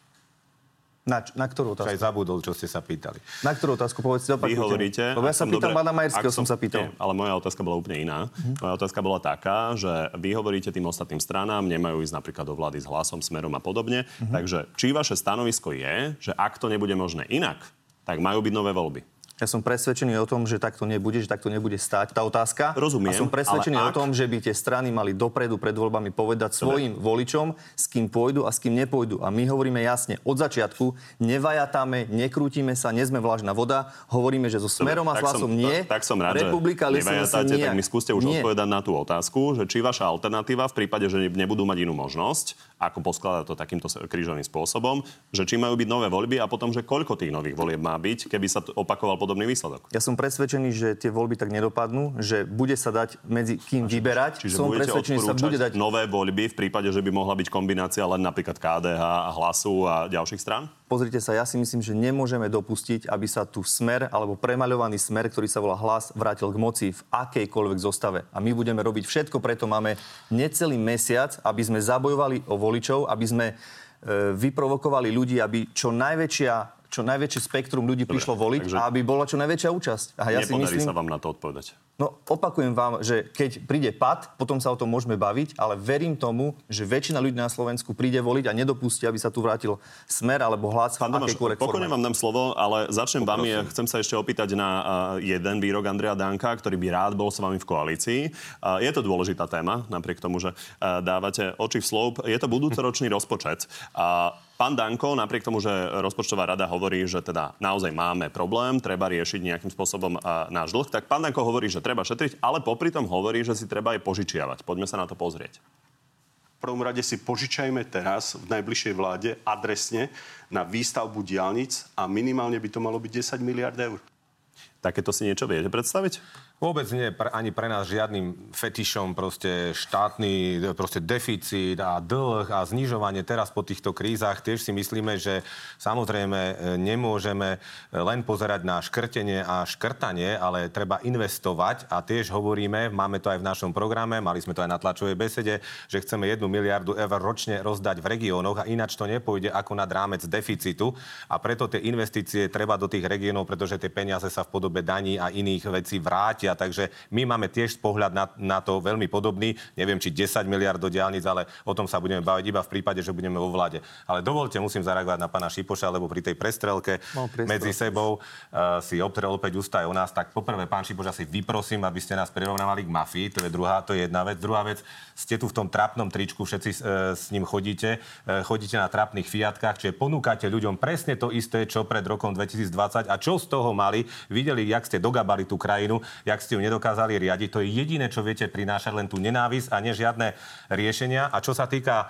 Na, na ktorú otázku? Aj zabudol, čo ste sa pýtali. Na ktorú otázku? Povedzte, opakujte. Vy hovoríte... Lebo ja sa pýtam pána Majerského, som sa pýtal. Nie, ale moja otázka bola úplne iná. Uh-huh. Moja otázka bola taká, že vy hovoríte tým ostatným stranám, nemajú ísť napríklad do vlády s Hlasom, Smerom a podobne. Uh-huh. Takže či vaše stanovisko je, že ak to nebude možné inak, tak majú byť nové voľby? Ja som presvedčený o tom, že takto nebude, že takto nebude stáť tá otázka. Rozumiem. A som presvedčený ak... o tom, že by tie strany mali dopredu pred voľbami povedať svojim voličom, s kým pôjdu a s kým nepôjdu. A my hovoríme jasne od začiatku, nevajatáme, nekrútime sa, nie sme vlažná voda, hovoríme, že so Smerom a s Hlasom nie. Tak, tak som rád, Republika, že nevajatáte, tak mi skúste už nie. odpovedať na tú otázku, že či vaša alternatíva v prípade, že nebudú mať inú možnosť, ako poskladať to takýmto krížovým spôsobom, že či majú byť nové voľby a potom, že koľko tých nových volieb má byť, keby sa opakoval podobný výsledok. Ja som presvedčený, že tie voľby tak nedopadnú, že bude sa dať medzi kým vyberať. Čiže som budete presvedčený, že sa bude dať nové voľby v prípade, že by mohla byť kombinácia len napríklad ká dé há a Hlasu a ďalších strán? Pozrite sa, ja si myslím, že nemôžeme dopustiť, aby sa tu Smer alebo premaľovaný Smer, ktorý sa volá Hlas, vrátil k moci v akejkoľvek zostave. A my budeme robiť všetko, preto máme necelý mesiac, aby sme zabojovali o voličov, aby sme e, vyprovokovali ľudí, aby čo najväčšia čo najväčšie spektrum ľudí Dobre, prišlo voliť takže... a aby bola čo najväčšia účasť. A ja si myslím, sa vám na to odpovedať. No, opakujem vám, že keď príde pad, potom sa o tom môžeme baviť, ale verím tomu, že väčšina ľudí na Slovensku príde voliť a nedopustí, aby sa tu vrátil Smer alebo Hlas v akejkoľvek forme. Pokojne vám dám slovo, ale začnem Poprosím. vami. Chcem sa ešte opýtať na uh, jeden výrok Andreja Danka, ktorý by rád bol s vami v koalícii. Uh, je to dôležitá téma, napriek tomu, že uh, dávate oči v slób. Je to budúcoročný rozpočet. Uh, Pán Danko, napriek tomu, že rozpočtová rada hovorí, že teda naozaj máme problém, treba riešiť nejakým spôsobom uh, náš dlh, tak pán Danko hovorí, že treba šetriť, ale popri tom hovorí, že si treba aj požičiavať. Poďme sa na to pozrieť. V prvom rade si požičajme teraz v najbližšej vláde adresne na výstavbu diaľnic a minimálne by to malo byť desať miliárd eur. Takéto si niečo viete predstaviť? Vôbec nie, ani pre nás žiadnym fetišom proste štátny proste deficit a dlh a znižovanie teraz po týchto krízach. Tiež si myslíme, že samozrejme nemôžeme len pozerať na škrtenie a škrtanie, ale treba investovať a tiež hovoríme, máme to aj v našom programe, mali sme to aj na tlačovej besede, že chceme jednu miliardu eur ročne rozdať v regiónoch a ináč to nepôjde ako nad rámec deficitu a preto tie investície treba do tých regiónov, pretože tie peniaze sa v podobe daní a iných vecí vrátia. Takže my máme tiež pohľad na, na to veľmi podobný. Neviem, či desať miliárd do diaľnic, ale o tom sa budeme baviť iba v prípade, že budeme vo vláde. Ale dovolte, musím zareagovať na pána Šipoša, lebo pri tej prestrelke no, medzi sebou uh, si obtrel opäť ústa aj o nás. Tak poprvé, pán Šipoš, asi vyprosím, aby ste nás prirovnávali k mafii. To je druhá, to je jedna vec. Druhá vec, ste tu v tom trapnom tričku, všetci uh, s ním chodíte. Uh, chodíte na trapných fiatkách, čiže ponúkate ľuďom presne to isté, čo pred rokom dvetisícdvadsať. A čo z toho mali? Videli, jak ste dogabali tú krajinu, jak ste ju nedokázali riadiť. To je jediné, čo viete prinášať, len tú nenávisť a nie žiadne riešenia. A čo sa týka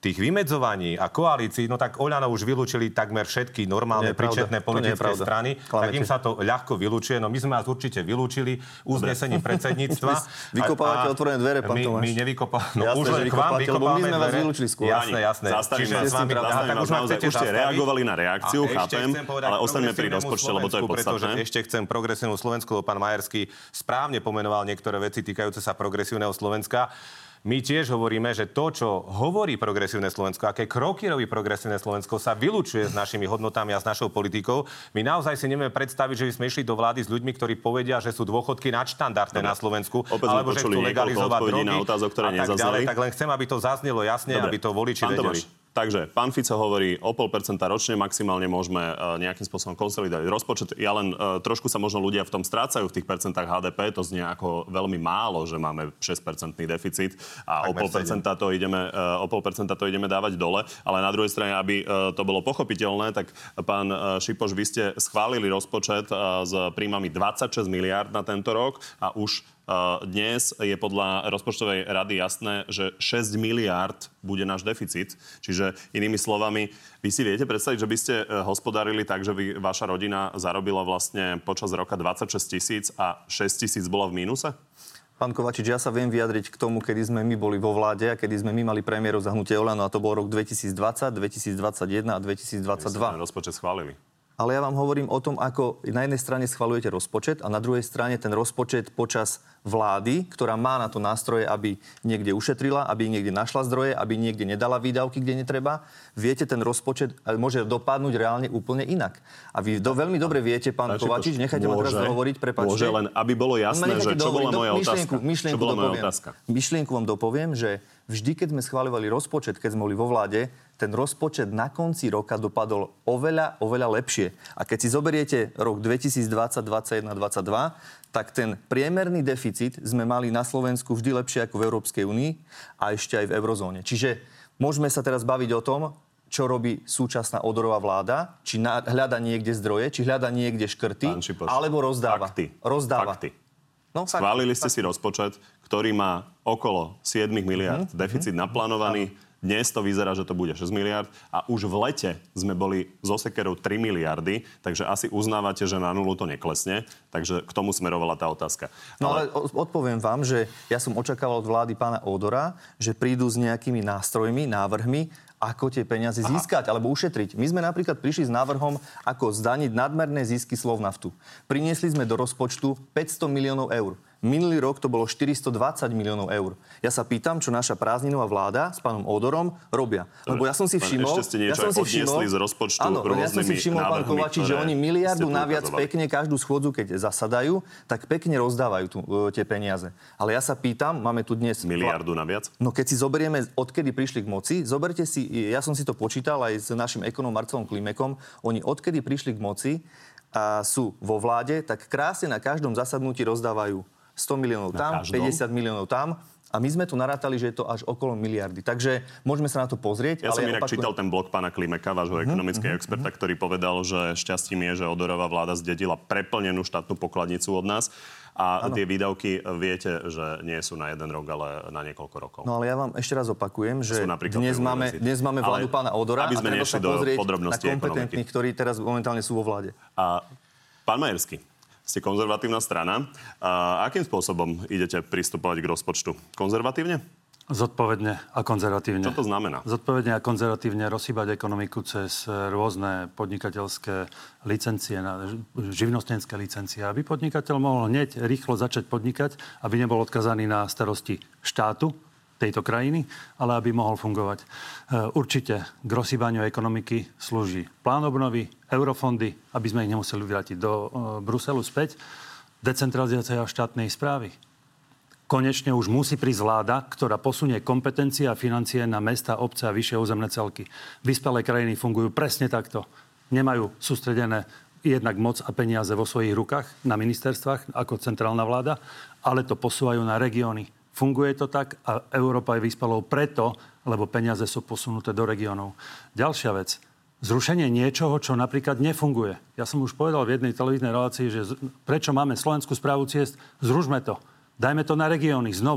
tých vymedzovaní a koalícií, no tak Oľano už vylúčili takmer všetky normálne príčetné politické strany, tak im sa to ľahko vylúčuje. No my sme vás určite vylúčili uznesením predsedníctva. Vykopávate otvorené dvere, pán Tomáš. My, my nevykopávame. No jasné, už len k vám vykopávame my sme vás vylúčili skôr. Jasné, jasné. Zastavím vás, zastavím vás naozaj. Už ste reagovali na reakciu, chápem, ale ostaňme pri rozpočte, lebo to je podstatné. Ešte chcem progresívnu Slovensku, lebo pán Majerský správne pomenoval niektoré veci týkajúce sa progresívneho Slovenska. My tiež hovoríme, že to, čo hovorí progresívne Slovensko, aké kroky robí progresívne Slovensko, sa vylučuje s našimi hodnotami a s našou politikou. My naozaj si nevieme predstaviť, že by sme išli do vlády s ľuďmi, ktorí povedia, že sú dôchodky nadštandardné na Slovensku, opäť alebo že chcú legalizovať drogy na otázok, ktoré a tak ďalej. Tak len chcem, aby to zaznelo jasne, dobre, aby to voliči vedeli. Takže pán Fico hovorí, o pol percenta ročne maximálne môžeme uh, nejakým spôsobom konsolidovať rozpočet. Ja len uh, trošku sa možno ľudia v tom strácajú v tých percentách há dé pé. To znie ako veľmi málo, že máme šesť percentný deficit a o pol percenta to ideme, uh, o pol percenta to ideme dávať dole. Ale na druhej strane, aby uh, to bolo pochopiteľné, tak pán uh, Šipoš, vy ste schválili rozpočet uh, s príjmami dvadsaťšesť miliárd na tento rok a už dnes je podľa rozpočtovej rady jasné, že šesť miliárd bude náš deficit. Čiže inými slovami, vy si viete predstaviť, že by ste hospodárili tak, že by vaša rodina zarobila vlastne počas roka dvadsaťšesť tisíc a šesť tisíc bola v mínuse? Pán Kovačič, ja sa viem vyjadriť k tomu, kedy sme my boli vo vláde a kedy sme my mali premiérov za hnutie Oľano, a to bol rok dvetisícdvadsať, dvetisícdvadsaťjeden a dvetisícdvadsaťdva. My sme rozpočet schválili. Ale ja vám hovorím o tom, ako na jednej strane schvaľujete rozpočet a na druhej strane ten rozpočet počas vlády, ktorá má na to nástroje, aby niekde ušetrila, aby niekde našla zdroje, aby niekde nedala výdavky, kde netreba. Viete, ten rozpočet môže dopadnúť reálne úplne inak. A vy do, veľmi dobre viete, pán Kovačič, nechajte ma teraz dohovoriť, prepáčte. Môže, len aby bolo jasné, že čo bola moja otázka. Myšlienku, čo bola moja otázka. Myšlienku vám dopoviem, že vždy, keď sme schvaľovali rozpočet, keď sme boli vo vláde, ten rozpočet na konci roka dopadol oveľa, oveľa lepšie. A keď si zoberiete rok dvetisícdvadsať, dvadsaťjeden, dvadsaťdva, tak ten priemerný deficit sme mali na Slovensku vždy lepšie ako v Európskej únii a ešte aj v eurozóne. Čiže môžeme sa teraz baviť o tom, čo robí súčasná Odorová vláda, či na, hľada niekde zdroje, či hľada niekde škrty, Šipoš, alebo rozdáva. Fakty. Rozdáva. Fakty. No, Schválili fakty. ste si rozpočet, ktorý má okolo sedem miliárd mm-hmm. deficit naplánovaný. Dnes to vyzerá, že to bude šesť miliárd a už v lete sme boli so sekerou tri miliardy, takže asi uznávate, že na nulu to neklesne, takže k tomu smerovala tá otázka. No ale, ale odpoviem vám, že ja som očakával od vlády pána Ódora, že prídu s nejakými nástrojmi, návrhmi, ako tie peniaze získať alebo ušetriť. My sme napríklad prišli s návrhom, ako zdaniť nadmerné zisky Slovnaftu. Priniesli sme do rozpočtu päťsto miliónov eur. Minulý rok to bolo štyristodvadsať miliónov eur. Ja sa pýtam, čo naša prázdninová vláda s pánom Ódorom robia. Lebo ja som si všimol... Ešte ste niečo ja aj odniesli z rozpočtu áno, rôznymi ja som si všimol, pán Kovačič, že oni miliardu naviac pekne každú schôdzu, keď zasadajú, tak pekne rozdávajú tu, uh, tie peniaze. Ale ja sa pýtam, máme tu dnes... Miliardu naviac? No keď si zoberieme, odkedy prišli k moci, zoberte si, ja som si to počítal aj s našim ekonom Marcelom Klimekom, oni odkedy prišli k moci a sú vo vláde, tak krásne na každom zasadnutí rozdávajú sto miliónov tam, päťdesiat miliónov tam. A my sme tu narátali, že je to až okolo miliardy. Takže môžeme sa na to pozrieť. Ja ale som ja inak opakujem... čítal ten blog pána Klimeka, vášho mm-hmm, ekonomického mm-hmm, experta, ktorý povedal, že šťastím je, že Odorová vláda zdedila preplnenú štátnu pokladnicu od nás. A ano. Tie výdavky, viete, že nie sú na jeden rok, ale na niekoľko rokov. No ale ja vám ešte raz opakujem, že dnes máme, dnes máme vládu pána Ódora aby sme a treba sa pozrieť na kompetentných, ktorí teraz momentálne sú vo vláde. A pán Majerský, ste konzervatívna strana. A akým spôsobom idete pristupovať k rozpočtu? Konzervatívne? Zodpovedne a konzervatívne. Čo to znamená? Zodpovedne a konzervatívne rozhýbať ekonomiku cez rôzne podnikateľské licencie, živnostenské licencie, aby podnikateľ mohol hneď rýchlo začať podnikať, aby nebol odkazaný na starosti štátu tejto krajiny, ale aby mohol fungovať. Určite k rozhýbaniu ekonomiky slúži plán obnovy, eurofondy, aby sme ich nemuseli vrátiť do Bruselu späť, decentralizácia štátnej správy. Konečne už musí prísť vláda, ktorá posunie kompetencie a financie na mesta, obce a vyššie územné celky. Vyspelé krajiny fungujú presne takto. Nemajú sústredené jednak moc a peniaze vo svojich rukách na ministerstvách ako centrálna vláda, ale to posúvajú na regióny. Funguje to tak a Európa je vyspelou preto, lebo peniaze sú posunuté do regiónov. Ďalšia vec. Zrušenie niečoho, čo napríklad nefunguje. Ja som už povedal v jednej televíznej relácii, že prečo máme Slovenskú správu ciest, zrušme to. Dajme to na regióny znovu.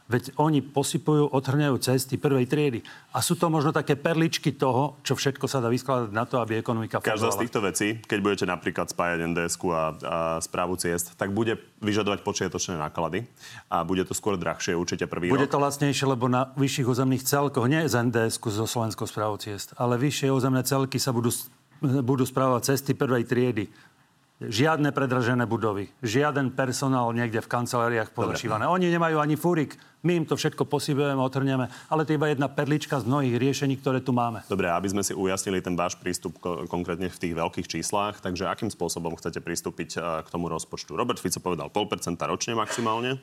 Veď oni posypujú, odhrňajú cesty prvej triedy. A sú to možno také perličky toho, čo všetko sa dá vyskladať na to, aby ekonomika fungovala. Každá z týchto vecí, keď budete napríklad spájať en dé esku a, a správu ciest, tak bude vyžadovať počiatočné náklady a bude to skôr drahšie určite prvý Bude rok. to lacnejšie, lebo na vyšších územných celkoch, nie z en dé esku zo Slovenskou správou ciest, ale vyššie územné celky sa budú, budú správovať cesty prvej triedy. Žiadne predražené budovy, žiaden personál niekde v kanceláriách pozašívané. Oni nemajú ani fúrik. My im to všetko posypujeme, otrhneme, ale to je iba jedna perlička z mnohých riešení, ktoré tu máme. Dobre, aby sme si ujasnili ten váš prístup ko- konkrétne v tých veľkých číslach, takže akým spôsobom chcete pristúpiť uh, k tomu rozpočtu? Robert Fico povedal nula celá päť percenta ročne maximálne.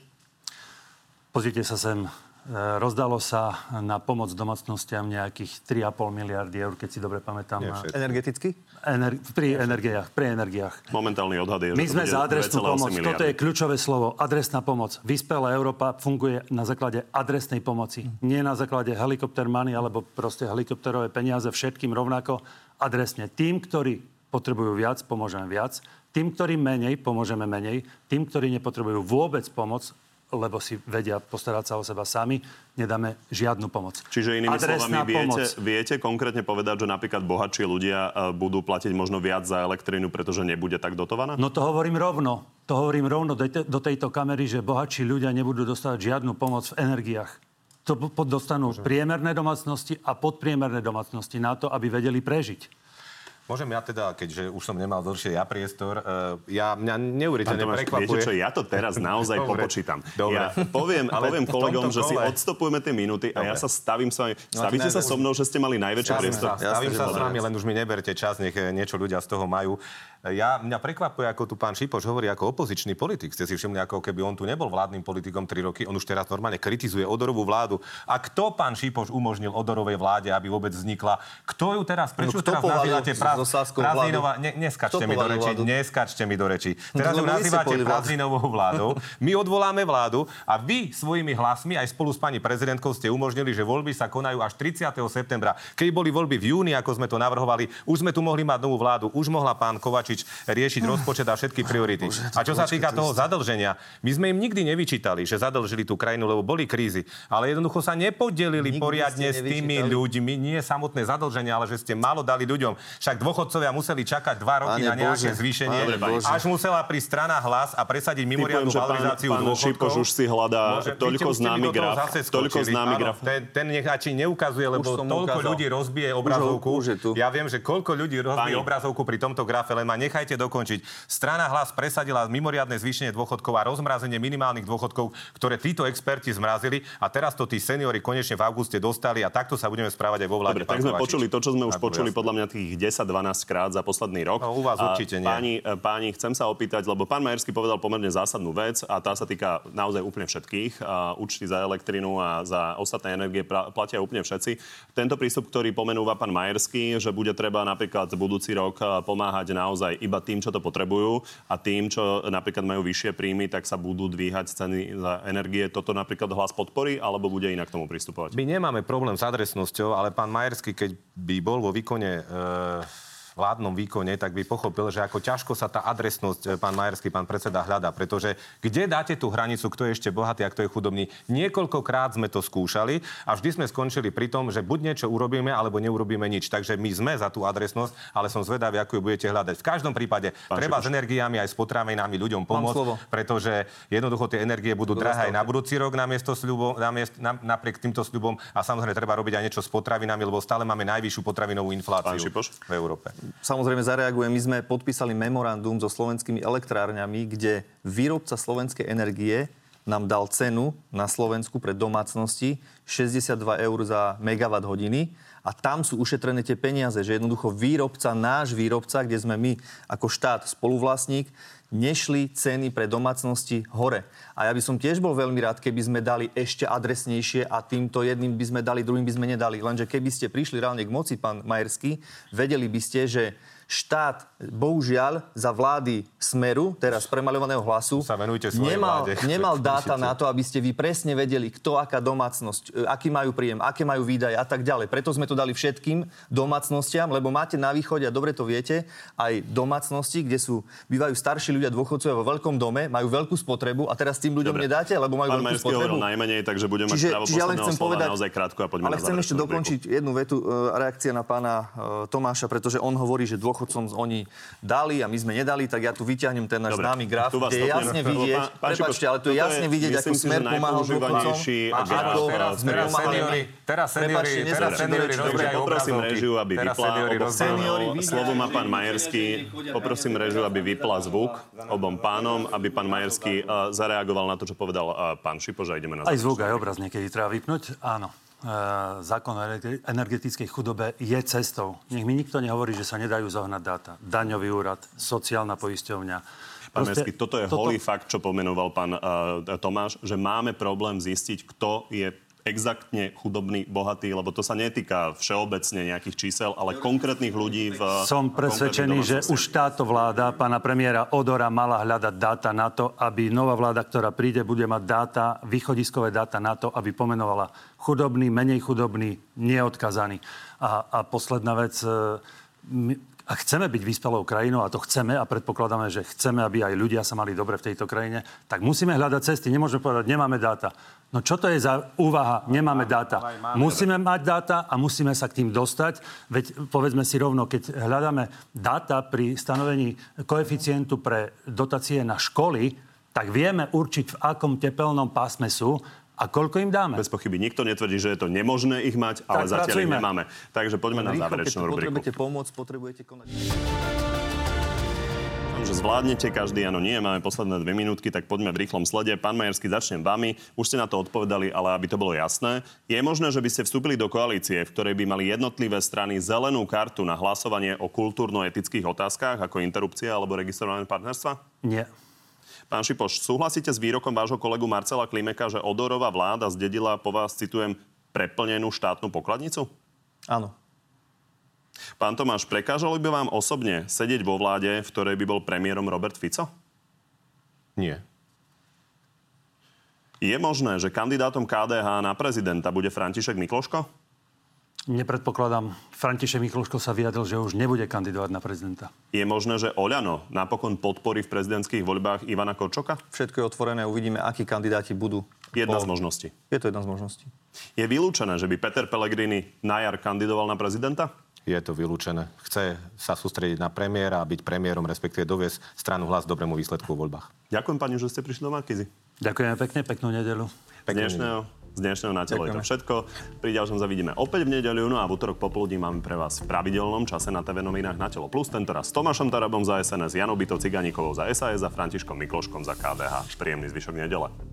Pozrite sa sem. Rozdalo sa na pomoc domácnostiam nejakých tri a pol miliardy eur, keď si dobre pamätám. Energeticky? Ener- pri energiách, pri energiách. Momentálny odhad je, že My sme za adresnú pomoc. miliardy. Toto je kľúčové slovo. Adresná pomoc. Vyspelá Európa funguje na základe adresnej pomoci. Nie na základe helikopter money alebo proste helikopterové peniaze všetkým rovnako adresne. Tým, ktorí potrebujú viac, pomôžeme viac. Tým, ktorí menej, pomôžeme menej. Tým, ktorí nepotrebujú vôbec pomoc, lebo si vedia postarať sa o seba sami, nedáme žiadnu pomoc. Čiže inými Adresná slovami, viete, pomoc. viete konkrétne povedať, že napríklad bohatší ľudia uh, budú platiť možno viac za elektrínu, pretože nebude tak dotovaná? No to hovorím rovno. To hovorím rovno do, te, do tejto kamery, že bohatší ľudia nebudú dostávať žiadnu pomoc v energiách. To po- dostanú priemerné domácnosti a podpriemerné domácnosti na to, aby vedeli prežiť. Môžem ja teda, keďže už som nemal dlhšie ja priestor, uh, ja mňa neuveriteľne prekvapuje. Viete čo, ja to teraz naozaj Dobre. popočítam. Dobre. Ja poviem, Ale poviem v kolegom, že tomto si kole- odstupujeme tie minúty a Dobre. ja sa stavím s vami. Stavíte sa so mnou, že ste mali najväčší Stavím priestor? sa, stavím Jasne, sa že s vami, dobre. len už mi neberte čas, nech eh, niečo ľudia z toho majú. Ja, mňa prekvapuje, ako tu pán Šipoš hovorí ako opozičný politik. Ste si všimli, ako keby on tu nebol vládnym politikom tri roky, on už teraz normálne kritizuje Odorovú vládu. A kto, pán Šipoš, umožnil Odorovej vláde, aby vôbec vznikla? Kto ju teraz, prečo No, kto teraz nazývate povalil práz, zo Saskou prázdninová... vládu? Ne, neskačte Kto mi do povalil reči, vládu? neskačte mi do reči. Teraz No, ju lebo vy ste nazývate povalili vládu. prázdninovou vládou. My odvoláme vládu a vy svojimi hlasmi aj spolu s pani prezidentkou ste umožnili, že voľby sa konajú až tridsiateho septembra. Keď boli voľby v júni, ako sme to navrhovali, už sme tu mohli mať novú vládu, už mohla pán Kovačič riešiť rozpočet a všetky priority. A čo sa týka toho zadlženia, my sme im nikdy nevyčítali, že zadlžili tú krajinu, lebo boli krízy, ale jednoducho sa nepodelili Nikdy poriadne ste s tými nevyčítali. ľuďmi, nie samotné zadlženie, ale že ste málo dali ľuďom. Však dôchodcovia museli čakať dva roky Pane na nejaké Bože. zvýšenie, Pane Bože. až musela pri strana Hlas a presadiť mimoriadnu Typujem, že pán, valorizáciu pán dôchodkov. Šipoš už si hľadá Môže, toľko vidíte, už ste mi známy do toho graf. zase Toľko skočili. známy Áno, graf. Ten, ten nechači neukazuje, lebo som mu toľko ukázal. ľudí rozbije obrazovku. Už, už je tu. Ja viem, že koľko ľudí rozbije Pani. obrazovku pri tomto grafe, len ma nechajte dokončiť. Strana Hlas presadila mimoriadne zvýšenie dôchodkov a rozmrazenie minimálnych dôchodkov, ktoré títo experti zmrazili a teraz to tí seniori konečne v auguste dostali a takto sa budeme správať aj vo vláde. Dobre, tak sme Kovačič. počuli to, čo sme už Tak bolo počuli jasné. podľa mňa tých desať dvanásť krát za posledný rok. No, u vás A určite nie. Páni, páni, chcem sa opýtať, lebo pán Majerský povedal pomerne zásadnú vec a tá sa týka naozaj úplne všetkých. A účty za elektrinu a za ostatné energie pra- platia úplne všetci. Tento prístup, ktorý pomenúva pán Majerský, že bude treba napríklad budúci rok a, pomáhať naozaj iba tým, čo to potrebujú a tým, čo napríklad majú vyššie príjmy, tak sa budú dvíhať ceny za energie. Toto napríklad Hlas podporí, alebo bude inak k tomu pristupovať? My nemáme problém s adresnosťou, ale pán Majerský, keď by bol vo výkone... E... vládnom výkone, tak by pochopil, že ako ťažko sa tá adresnosť, pán Majerský, pán predseda, hľadá. Pretože kde dáte tú hranicu, kto je ešte bohatý a kto je chudobný? Niekoľkokrát sme to skúšali a vždy sme skončili pri tom, že buď niečo urobíme, alebo neurobíme nič. Takže my sme za tú adresnosť, ale som zvedavý, ako ju budete hľadať. V každom prípade Pán treba Šipoš. s energiami aj s potravinami ľuďom pomôcť, slovo. pretože jednoducho tie energie budú drahé aj na budúci rok namiesto sľubom, namiest, na, napriek týmto sľubom a samozrejme treba robiť aj niečo s potravinami, lebo stále máme najvyššiu potravinovú Pán infláciu Šipoš. v Európe. Samozrejme zareagujem. My sme podpísali memorandum so slovenskými elektrárňami, kde výrobca slovenskej energie nám dal cenu na Slovensku pre domácnosti šesťdesiatdva eur za megawatt hodiny a tam sú ušetrené tie peniaze, že jednoducho výrobca, náš výrobca, kde sme my ako štát spoluvlastník, nešli ceny pre domácnosti hore. A ja by som tiež bol veľmi rád, keby sme dali ešte adresnejšie a týmto jedným by sme dali, druhým by sme nedali. Lenže keby ste prišli reálne k moci, pán Majerský, vedeli by ste, že štát, bohužiaľ, za vlády Smeru, teraz premaľovaného Hlasu, sa venujte svojej nemal, vláde. nemal dáta na to, aby ste vy presne vedeli, kto, aká domácnosť, aký majú príjem, aké majú výdaje a tak ďalej. Preto sme to dali všetkým domácnostiam, lebo máte na východe, a dobre to viete, aj domácnosti, kde sú, bývajú starší ľudia, dôchodcovia vo veľkom dome, majú veľkú spotrebu a teraz tým ľuďom dobre. Nedáte, lebo majú Pán veľkú spotrebu. Hovoril najmenej, takže budeme mať právo posledného slova povedať, naozaj krátko a poďme ale na chcem ešte dokončiť rubriku. jednu vetu, reakcia na pána Tomáša, pretože on hovorí, že dôchodcom oni dali a my sme nedali, tak ja tu vyťahnem ten náš známy graf, kde je jasne vidieť, prepáčte, ale tu je jasne vidieť, ako Smer pomáhal dôchodcom a ako sme pomáhali. Teraz seniori, teraz seniori rozvíjajú Poprosím režiu, aby vypla obrazovky. slovo má pán Majerský. Poprosím režiu, aby vypla zvuk obom pánom, aby pán Majerský uh, zareagoval na to, čo povedal uh, pán Šipoš, a ideme na Aj zvuk, aj obraz niekedy treba vypnúť. Áno. Uh, zákon o energetickej chudobe je cestou. Nech mi nikto nehovorí, že sa nedajú zohnať dáta. Daňový úrad, sociálna poisťovňa. Pán Majerský, toto je toto... holý fakt, čo pomenoval pán uh, Tomáš, že máme problém zistiť, kto je exaktne chudobný, bohatý, lebo to sa netýka všeobecne nejakých čísel, ale konkrétnych ľudí v... Som presvedčený, že už táto vláda pána premiéra Odora mala hľadať dáta na to, aby nová vláda, ktorá príde, bude mať dáta, východiskové dáta na to, aby pomenovala chudobný, menej chudobný, neodkazaný. A, a posledná vec... My, ak chceme byť vyspelou krajinou, a to chceme, a predpokladáme, že chceme, aby aj ľudia sa mali dobre v tejto krajine, tak musíme hľadať cesty. Nemôžeme povedať, nemáme dáta. No čo to je za úvaha? Nemáme dáta. Musíme mať dáta a musíme sa k tým dostať. Veď povedzme si rovno, keď hľadáme dáta pri stanovení koeficientu pre dotácie na školy, tak vieme určiť, v akom tepelnom pásme sú. A koľko im dáme? Bez pochyby. Nikto netvrdí, že je to nemožné ich mať, ale tak zatiaľ ich nemáme. Takže poďme na záverečnú rubriku. Keď potrebujete pomôcť, potrebujete konať. Že zvládnete každý, áno, nie. Máme posledné dve minútky, tak poďme v rýchlom slede. Pán Majerský, začnem vami. Už ste na to odpovedali, ale aby to bolo jasné. Je možné, že by ste vstúpili do koalície, v ktorej by mali jednotlivé strany zelenú kartu na hlasovanie o kultúrno-etických otázkach, ako interrupcia alebo registrované partnerstva? Nie. Pán Šipoš, súhlasíte s výrokom vášho kolegu Marcela Klimeka, že Odorová vláda zdedila, po vás citujem, preplnenú štátnu pokladnicu? Áno. Pán Tomáš, prekážalo by vám osobne sedieť vo vláde, v ktorej by bol premiérom Robert Fico? Nie. Je možné, že kandidátom ká dé há na prezidenta bude František Mikloško? Nepredpokladám. František Mikloško sa vyjadril, že už nebude kandidovať na prezidenta. Je možné, že Oľano napokon podporí v prezidentských voľbách Ivana Korčoka? Všetko je otvorené, uvidíme, akí kandidáti budú. Jedna z možností. Je to jedna z možností. Je vylúčené, že by Peter Pellegrini na jar kandidoval na prezidenta? Je to vylúčené. Chce sa sústrediť na premiéra a byť premiérom, respektíve doviesť stranu Hlas dobrému výsledku v voľbách. Ďakujem, pani, že ste prišli do Markízy. Ďakujeme pekne, peknú nedeľu. Dnešného. Z dnešného na telo je to všetko. Pri ďalšom sa vidíme opäť v nedeľu, no a v útorok popoludní máme pre vás v pravidelnom čase na té vé novinách Na telo plus. Tentoraz s Tomášom Tarabom za es en es, Janou Bytou Ciganíkovou za es a es a Františkom Mikloškom za ká dé há. Príjemný zvyšok nedele.